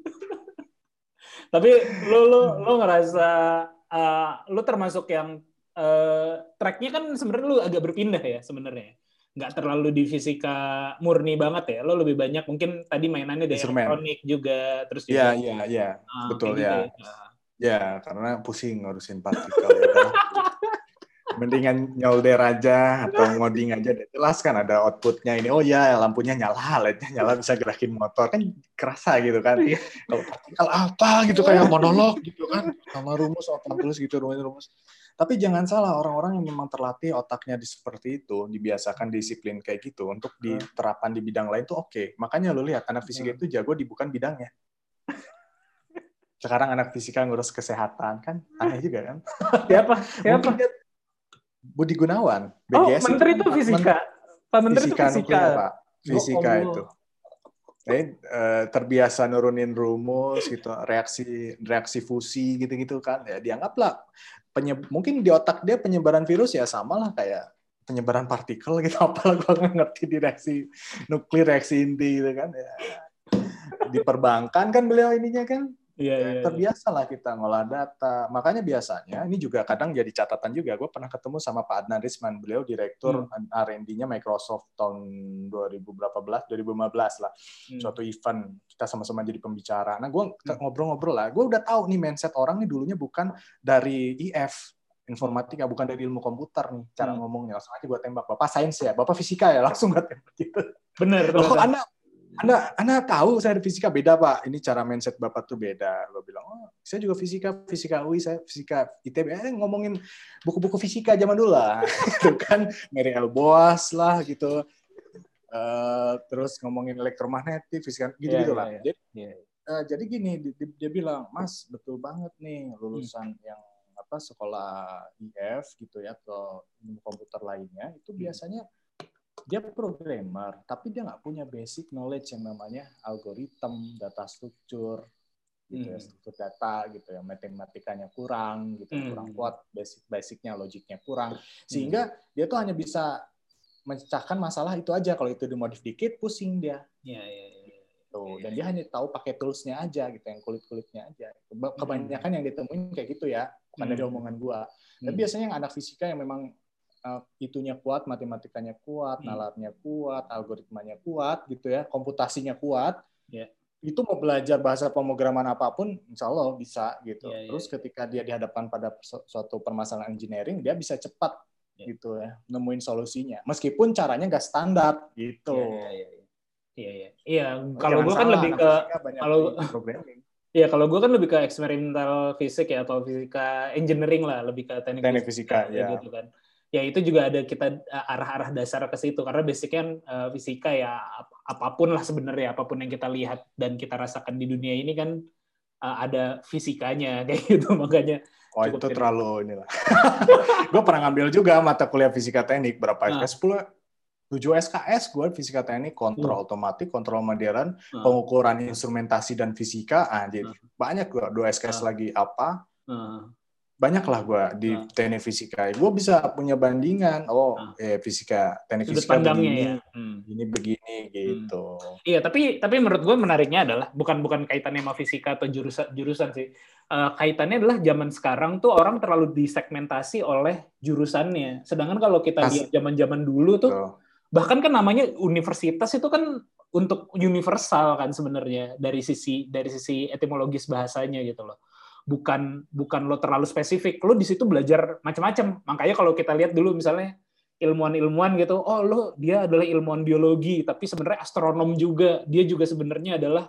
Tapi lu lu lu ngerasa uh, lu termasuk yang uh, tracknya kan sebenarnya lu agak berpindah ya sebenarnya. Nggak terlalu di fisika murni banget ya. Lo lebih banyak mungkin tadi mainannya di Instrumen. elektronik juga, terus Iya, juga. iya, iya. uh, Betul kayak gitu ya. ya. Ya, karena pusing ngurusin partikel. Ya. Mendingan nyolder aja atau ngoding aja. Jelas kan ada outputnya ini. Oh ya, lampunya nyala, L E D-nya nyala, bisa gerakin motor. Kan kerasa gitu kan. Kalau partikel apa gitu, kayak monolog gitu kan. Sama rumus, otak tulis gitu, rumus-rumus. Tapi jangan salah, orang-orang yang memang terlatih otaknya di seperti itu, dibiasakan disiplin kayak gitu, untuk diterapkan di bidang lain tuh oke. Okay. Makanya lo lihat, anak fisika itu jago di bukan bidangnya. Sekarang anak fisika ngurus kesehatan, kan aneh juga kan. Siapa? Siapa? Budi Gunawan. B G S oh, menteri itu, itu fisika. Pak Menteri fisika itu fisika. Nuklir, Pak. Fisika oh, itu. Eh, terbiasa nurunin rumus gitu, reaksi reaksi fusi gitu-gitu kan. Ya dianggaplah Penye- mungkin di otak dia penyebaran virus ya sama lah kayak penyebaran partikel gitu, apalah gue nggak ngerti di reaksi nuklir, reaksi inti gitu kan ya. Di perbankan kan beliau ininya kan Iya, ya, iya, terbiasa lah kita ngolah data. Makanya biasanya ini juga kadang jadi catatan juga. Gue pernah ketemu sama Pak Adnan Risman, beliau direktur hmm. R and D-nya Microsoft tahun dua ribu berapa belas, dua ribu lima belas lah. Hmm. Suatu event kita sama-sama jadi pembicara. Nah, gue hmm. ngobrol-ngobrol lah. Gue udah tahu nih mindset orang nih dulunya bukan dari I F informatika, bukan dari ilmu komputer nih cara hmm. ngomongnya. Langsung aja gue tembak, Bapak sains ya, Bapak fisika ya, langsung gue tembak gitu. Bener. Loh, kok Anda Anda, Anda tahu saya fisika beda, Pak. Ini cara mindset Bapak tuh beda. Gue bilang, oh, saya juga fisika, fisika U I, saya fisika I T B. Eh, ngomongin buku-buku fisika zaman dulu lah. Itu kan, Mary L. Boas lah, gitu. Uh, terus ngomongin elektromagnetik, fisika, gitu-gitu yeah, lah. Yeah, yeah. Jadi, yeah. Uh, jadi gini, dia, dia bilang, Mas, betul banget nih, lulusan hmm. yang apa sekolah I F, gitu ya, atau ilmu komputer lainnya, itu biasanya dia programmer, tapi dia nggak punya basic knowledge yang namanya algoritma, data struktur, gitu hmm. ya, struktur data, gitu ya, matematikanya kurang, gitu, hmm. kurang kuat, basic basicnya, logiknya kurang, sehingga hmm. dia tuh hanya bisa memecahkan masalah itu aja. Kalau itu dimodif dikit, pusing dia. Ya, ya, ya. Tuh, dan dia hanya tahu pakai toolsnya aja, gitu, yang kulit-kulitnya aja. Kebanyakan hmm. yang ditemuin kayak gitu ya, bukan hmm. dari omongan gua. Dan hmm. biasanya yang anak fisika yang memang Uh, itunya kuat, matematikanya kuat, hmm. nalarnya kuat, algoritmanya kuat, gitu ya, komputasinya kuat, yeah. itu mau belajar bahasa pemrograman apapun, insya Allah bisa, gitu. Yeah, Terus yeah. ketika dia dihadapkan pada suatu permasalahan engineering, dia bisa cepat, yeah. gitu ya, nemuin solusinya. Meskipun caranya nggak standar, gitu. Iya, iya, iya. Iya, iya. Kalau gue kan lebih ke kalau programming. Iya, kalau gue kan lebih ke eksperimental fisik ya, atau fisika engineering lah, lebih ke teknik, teknik fisika, fisika ya. Gitu kan. Ya itu juga ada kita arah-arah dasar ke situ, karena basicnya uh, fisika ya apapun lah sebenarnya, apapun yang kita lihat dan kita rasakan di dunia ini kan uh, ada fisikanya kayak gitu, makanya. Oh itu kira. Terlalu inilah. Gue pernah ngambil juga mata kuliah fisika teknik berapa S K S, sepuluh, tujuh S K S gue fisika teknik, kontrol hmm. otomatik, kontrol modern, hmm. pengukuran instrumentasi dan fisika, ah jadi hmm. banyak gue dua S K S hmm. lagi apa. Hmm. Banyak lah gue di nah. teknik fisika. Gue bisa punya bandingan. Oh, nah. eh, fisika, teknik Sudut fisika begini, ya? hmm. ini begini, gitu. Hmm. Iya, tapi tapi menurut gue menariknya adalah bukan bukan kaitannya sama fisika atau jurusan jurusan sih. Uh, kaitannya adalah zaman sekarang tuh orang terlalu disegmentasi oleh jurusannya. Sedangkan kalau kita lihat zaman-zaman dulu tuh, so. bahkan kan namanya universitas itu kan untuk universal kan sebenarnya dari sisi dari sisi etimologis bahasanya gitu loh. bukan bukan lo terlalu spesifik, lo di situ belajar macam-macam. Makanya kalau kita lihat dulu misalnya ilmuwan-ilmuwan gitu, oh lo dia adalah ilmuwan biologi, tapi sebenarnya astronom juga, dia juga sebenarnya adalah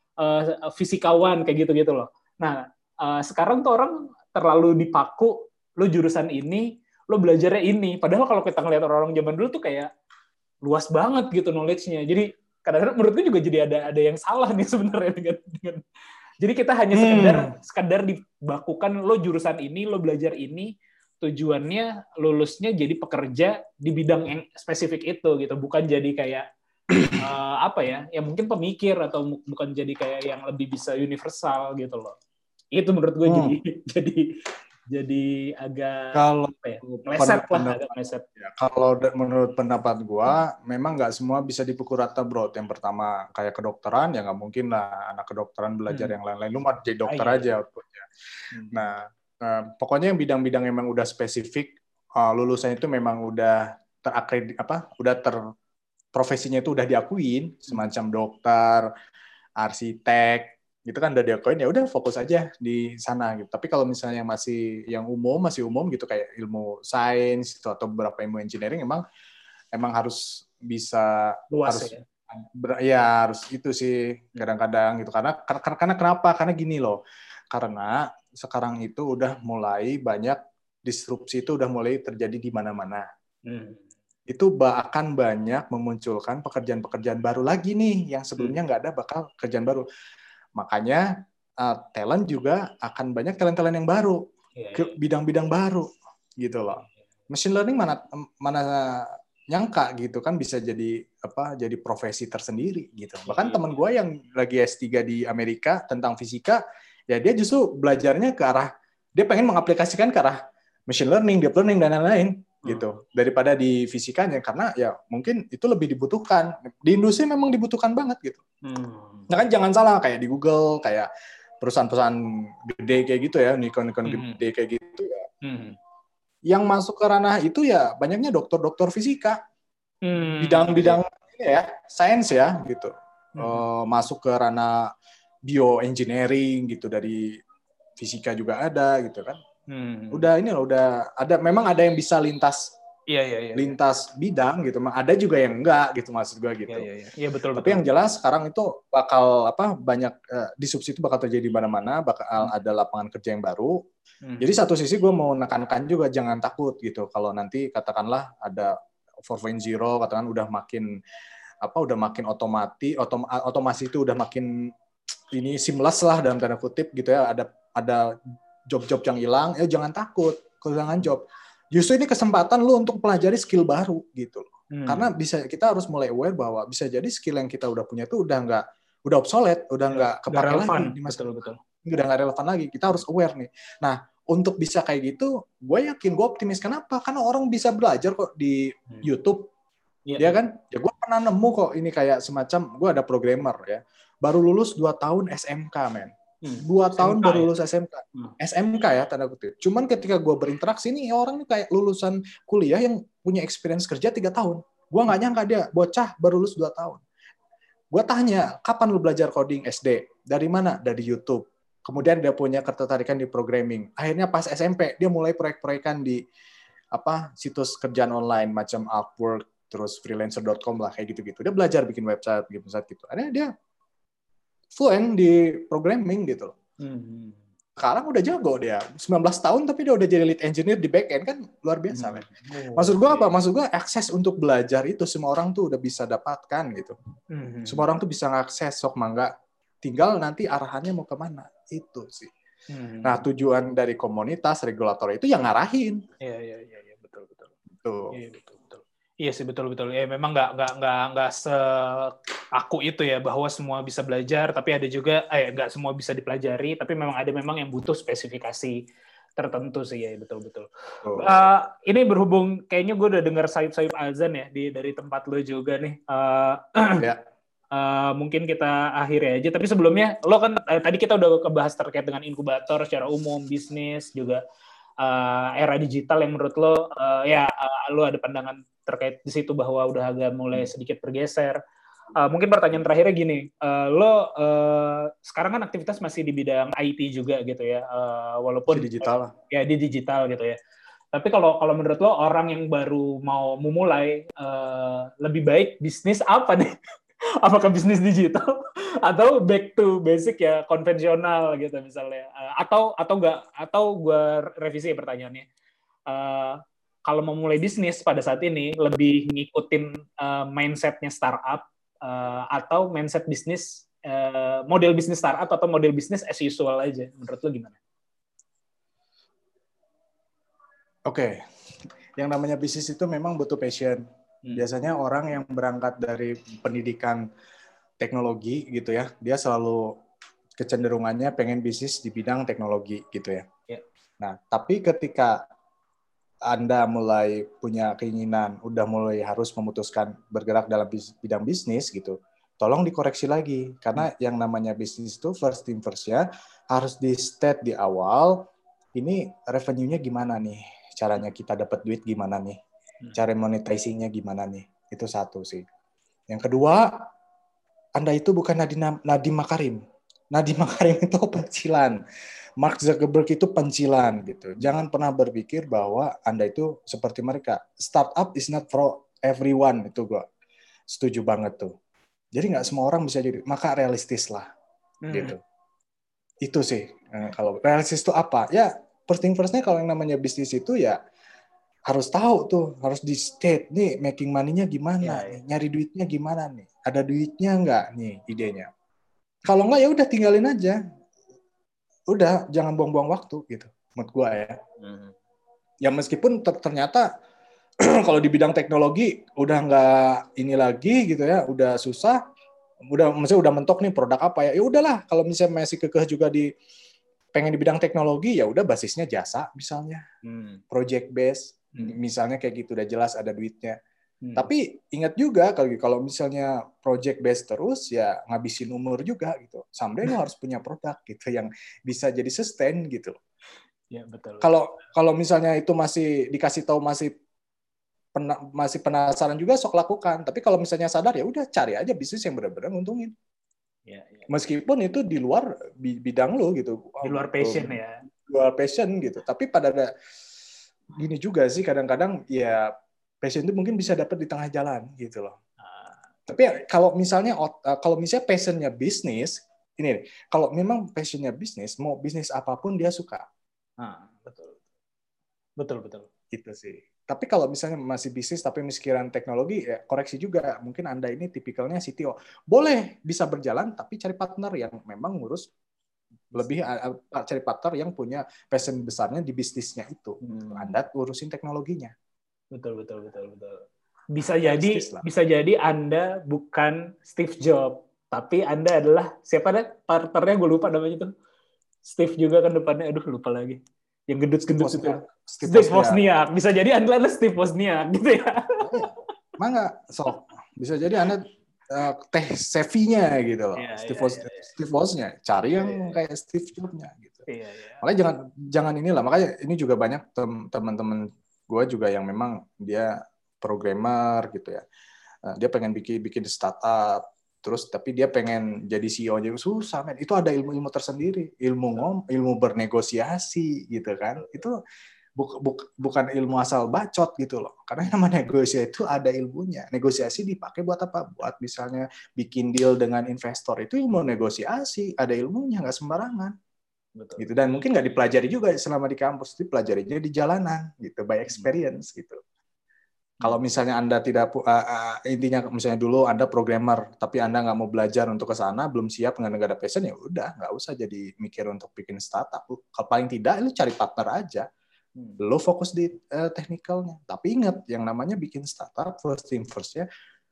uh, fisikawan kayak gitu-gitu loh. Nah uh, sekarang tuh orang terlalu dipaku, lo jurusan ini, lo belajarnya ini. Padahal kalau kita ngelihat orang-orang zaman dulu tuh kayak luas banget gitu knowledge-nya. Jadi kadang-kadang menurutku juga jadi ada ada yang salah nih sebenarnya dengan dengan jadi kita hanya sekedar hmm. sekedar dibakukan lo jurusan ini, lo belajar ini, tujuannya lulusnya jadi pekerja di bidang yang spesifik itu gitu, bukan jadi kayak uh, apa ya, ya mungkin pemikir atau bukan jadi kayak yang lebih bisa universal gitu loh. Itu menurut gue hmm. jadi jadi jadi agak kalau apa ya, meleset lah, agak meleset. Ya, kalau menurut pendapat gue, memang nggak semua bisa dipukul rata, bro. Yang pertama kayak kedokteran, ya nggak mungkin lah anak kedokteran belajar hmm. yang lain-lain. Lu mau jadi dokter ah, iya. aja outputnya. Hmm. Nah, uh, pokoknya yang bidang-bidang memang udah spesifik, uh, lulusan itu memang udah terakredit apa, udah ter profesinya itu udah diakuin, semacam dokter, arsitek. Gitu kan udah diakuin, ya udah fokus aja di sana gitu. Tapi kalau misalnya masih yang umum, masih umum gitu kayak ilmu sains gitu, atau beberapa ilmu engineering, emang emang harus bisa luas harus ya. Ber, ya harus itu sih kadang-kadang gitu. Karena karena karena kenapa? Karena gini loh. Karena sekarang itu udah mulai banyak disrupsi, itu udah mulai terjadi di mana-mana. Hmm. Itu akan banyak memunculkan pekerjaan-pekerjaan baru lagi nih yang sebelumnya nggak ada bakal kerjaan baru. Makanya uh, talent juga akan banyak talent-talent yang baru yeah, ke yeah. bidang-bidang baru gitu loh. Machine learning mana mana nyangka gitu kan bisa jadi apa jadi profesi tersendiri gitu. Bahkan yeah, teman yeah. gue yang lagi S tiga di Amerika tentang fisika, ya dia justru belajarnya ke arah dia pengen mengaplikasikan ke arah machine learning, deep learning dan lain-lain hmm. gitu daripada di fisikanya, karena ya mungkin itu lebih dibutuhkan di industri, memang dibutuhkan banget gitu. Hmm. Nah kan jangan salah, kayak di Google, kayak perusahaan-perusahaan gede kayak gitu ya, Nikon-Nikon mm-hmm. gede kayak gitu ya. Mm-hmm. Yang masuk ke ranah itu ya banyaknya dokter-dokter fisika, mm-hmm. bidang-bidang ya, sains ya gitu. Mm-hmm. Uh, masuk ke ranah bioengineering gitu, dari fisika juga ada gitu kan. Mm-hmm. Udah ini loh, udah ada, memang ada yang bisa lintas. Iya, iya, iya. lintas bidang gitu, ada juga yang enggak gitu, maksud gue gitu. Iya, iya, iya, betul. Tapi betul. yang jelas sekarang itu bakal apa banyak uh, disrupsi itu bakal terjadi di mana-mana, bakal hmm. ada lapangan kerja yang baru. Hmm. Jadi satu sisi gue mau menekankan juga jangan takut gitu kalau nanti katakanlah ada empat titik nol, katakan udah makin apa udah makin otomati, otom, otomasi itu udah makin ini seamless lah dalam tanda kutip gitu ya, ada ada job-job yang hilang, ya jangan takut kehilangan job. Justru ini kesempatan lu untuk pelajari skill baru gitu loh. Hmm. Karena bisa kita harus mulai aware bahwa bisa jadi skill yang kita udah punya itu udah nggak udah obsolete, udah nggak ya, kepake lagi di masa depan. Udah nggak relevan lagi. Kita harus aware nih. Nah, untuk bisa kayak gitu, gue yakin, gue optimis. Kenapa? Karena orang bisa belajar kok di hmm. YouTube. Ya, ya kan? Ya gue pernah nemu kok ini kayak semacam, gue ada programmer ya. Baru lulus dua tahun S M K, men. Hmm. Dua tahun baru lulus ya? S M K. Hmm. S M K ya, tanda kutip. Cuman ketika gue berinteraksi nih, orang nih kayak lulusan kuliah yang punya experience kerja tiga tahun. Gue nggak nyangka dia, bocah baru lulus dua tahun. Gue tanya, kapan lu belajar coding S D? Dari mana? Dari YouTube. Kemudian dia punya ketertarikan di programming. Akhirnya pas S M P, dia mulai proyek-proyekan di apa situs kerjaan online, macam Upwork, terus freelancer dot com lah, kayak gitu-gitu. Dia belajar bikin website, bikin website gitu. Akhirnya dia fluent di programming gitu loh. Hmm. Sekarang udah jago dia, sembilan belas tahun tapi dia udah jadi lead engineer di back-end, kan luar biasa. Hmm. Oh, maksud gue apa? Maksud gue akses untuk belajar itu semua orang tuh udah bisa dapatkan gitu. Hmm. Semua orang tuh bisa ngakses, sok mangga. Tinggal nanti arahannya mau kemana, itu sih. Hmm. Nah tujuan dari komunitas regulator itu yang ngarahin. Iya, iya, iya, ya, betul, betul. Betul. Iya, betul. Iya sih, betul-betul. Ya memang nggak nggak nggak nggak seaku itu ya bahwa semua bisa belajar, tapi ada juga eh nggak semua bisa dipelajari, tapi memang ada memang yang butuh spesifikasi tertentu sih ya, betul-betul. Oh. Uh, ini berhubung kayaknya gue udah dengar sayup-sayup azan ya di dari tempat lo juga nih. Uh, ya. uh, mungkin kita akhiri aja. Tapi sebelumnya lo kan eh, tadi kita udah kebahas terkait dengan inkubator secara umum, bisnis juga. Uh, era digital yang menurut lo uh, ya uh, lo ada pandangan terkait di situ bahwa udah agak mulai sedikit bergeser. Uh, mungkin pertanyaan terakhirnya gini, uh, lo uh, sekarang kan aktivitas masih di bidang I T juga gitu ya, uh, walaupun di digital lah. Ya di digital gitu ya. Tapi kalau kalau menurut lo orang yang baru mau memulai uh, lebih baik bisnis apa nih? Apakah bisnis digital atau back to basic ya konvensional gitu misalnya, uh, atau atau enggak atau gue revisi ya pertanyaannya, uh, kalau mau mulai bisnis pada saat ini lebih ngikutin uh, mindsetnya startup uh, atau mindset bisnis uh, model bisnis startup atau model bisnis as usual aja, menurut lo gimana? Oke, yang namanya bisnis itu memang butuh passion. Hmm. Biasanya orang yang berangkat dari pendidikan teknologi gitu ya, dia selalu kecenderungannya pengen bisnis di bidang teknologi gitu ya. Ya. Nah, tapi ketika Anda mulai punya keinginan, udah mulai harus memutuskan bergerak dalam bis- bidang bisnis gitu, tolong dikoreksi lagi. Karena yang namanya bisnis itu first thing first-nya harus di state di awal, ini revenue-nya gimana nih? Caranya kita dapat duit gimana nih? Cara monetizing-nya gimana nih? Itu satu sih. Yang kedua, Anda itu bukan Nadiem, Nadiem Makarim. Nadiem Makarim itu pencilan. Mark Zuckerberg itu pencilan gitu. Jangan pernah berpikir bahwa Anda itu seperti mereka. Startup is not for everyone, itu gue setuju banget tuh. Jadi nggak semua orang bisa jadi. Maka realistis lah, Hmm. gitu. Itu sih. Eh, kalau realistis itu apa? Ya, first thing first-nya kalau yang namanya bisnis itu ya harus tahu tuh, harus di state nih making money-nya gimana, Ya, ya. nih, nyari duitnya gimana nih, ada duitnya nggak nih idenya. Kalau nggak ya udah tinggalin aja, udah jangan buang-buang waktu gitu, menurut gua ya. Hmm. Ya meskipun ter- ternyata kalau di bidang teknologi udah nggak ini lagi gitu ya, udah susah, udah maksudnya udah mentok nih produk apa ya, ya udahlah kalau misalnya masih kekeh juga di pengen di bidang teknologi ya udah basisnya jasa misalnya, Hmm. project base. Hmm. Misalnya kayak gitu udah jelas ada duitnya. Hmm. Tapi ingat juga kalau kalau misalnya project based terus ya ngabisin umur juga gitu. Someday lo harus punya produk gitu yang bisa jadi sustain gitu. Ya, betul. Kalau kalau misalnya itu masih dikasih tahu masih pena, masih penasaran juga sok lakukan. Tapi kalau misalnya sadar ya udah cari aja bisnis yang benar-benar nguntungin. Ya, ya. Meskipun itu di luar bidang lo gitu. Di luar passion ya. Di luar passion gitu. Tapi pada ada gini juga sih kadang-kadang ya passion itu mungkin bisa dapat di tengah jalan gitu loh. Ah. Tapi kalau misalnya kalau misalnya passionnya bisnis, ini nih, kalau memang passionnya bisnis, mau bisnis apapun dia suka. Ah, betul. Betul, betul. Gitu sih. Tapi kalau misalnya masih bisnis tapi mikiran teknologi, ya koreksi juga. Mungkin Anda ini tipikalnya C T O. Boleh bisa berjalan, tapi cari partner yang memang ngurus lebih cari partner yang punya passion besarnya di bisnisnya itu. Hmm. Anda urusin teknologinya. Betul, betul, betul, betul. Bisa jadi, bisa jadi Anda bukan Steve Jobs, tapi Anda adalah siapa deh partnernya, gue lupa namanya tuh. Steve juga kan depannya, aduh lupa lagi. Yang gendut-gendut itu. Steve, Steve Wozniak. Bisa jadi Anda adalah Steve Wozniak gitu ya. Mangga, sok. Bisa jadi Anda uh, teh savvy-nya gitu loh. Ya, Steve ya, Woz, ya, ya. Steve Woz-nya. Cari yang Ya, ya. kayak Steve Jobs-nya gitu. Iya, iya. Makanya jangan jangan inilah. Makanya ini juga banyak tem- teman-teman gue juga yang memang dia programmer gitu ya. Uh, dia pengen bikin bikin startup. Terus tapi dia pengen jadi C E O aja susah, men. Itu ada ilmu-ilmu tersendiri, ilmu ngom, ilmu bernegosiasi gitu kan. Itu buk, buk, bukan ilmu asal bacot gitu loh. Karena nama negosiasi itu ada ilmunya. Negosiasi dipakai buat apa? Buat misalnya bikin deal dengan investor, itu ilmu negosiasi, ada ilmunya, nggak sembarangan. Betul. Gitu. Dan mungkin nggak dipelajari juga selama di kampus, dipelajarinya di jalanan gitu, by experience gitu. Kalau misalnya Anda tidak uh, uh, intinya misalnya dulu Anda programmer tapi Anda nggak mau belajar untuk ke sana, belum siap nggak ada passion, ya udah nggak usah jadi mikir untuk bikin startup. Kalau paling tidak lu cari partner aja. Hmm. Lo fokus di uh, technicalnya. Tapi ingat yang namanya bikin startup first thing first ya.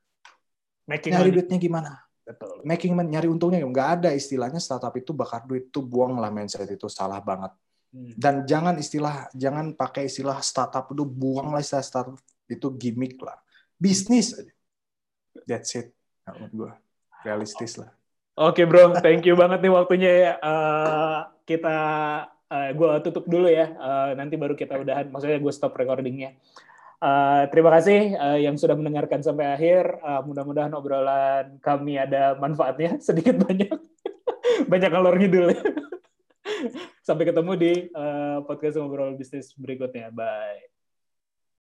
Making nyari money. Duitnya gimana? Betul. Making money, nyari untungnya nggak ada istilahnya startup itu bakar duit, tuh buang lah mindset itu, salah banget. Hmm. Dan jangan istilah jangan pakai istilah startup itu, buang lah istilah startup. Itu gimmick lah, bisnis aja. That's it, menurut gue realistis lah. Oke okay, bro, thank you banget nih waktunya ya. Uh, kita uh, gue tutup dulu ya, uh, nanti baru kita udahan. Maksudnya gue stop recordingnya. Uh, terima kasih uh, yang sudah mendengarkan sampai akhir. Uh, mudah-mudahan obrolan kami ada manfaatnya sedikit banyak, banyak ngalor ngidul. Sampai ketemu di uh, podcast ngobrol bisnis berikutnya. Bye.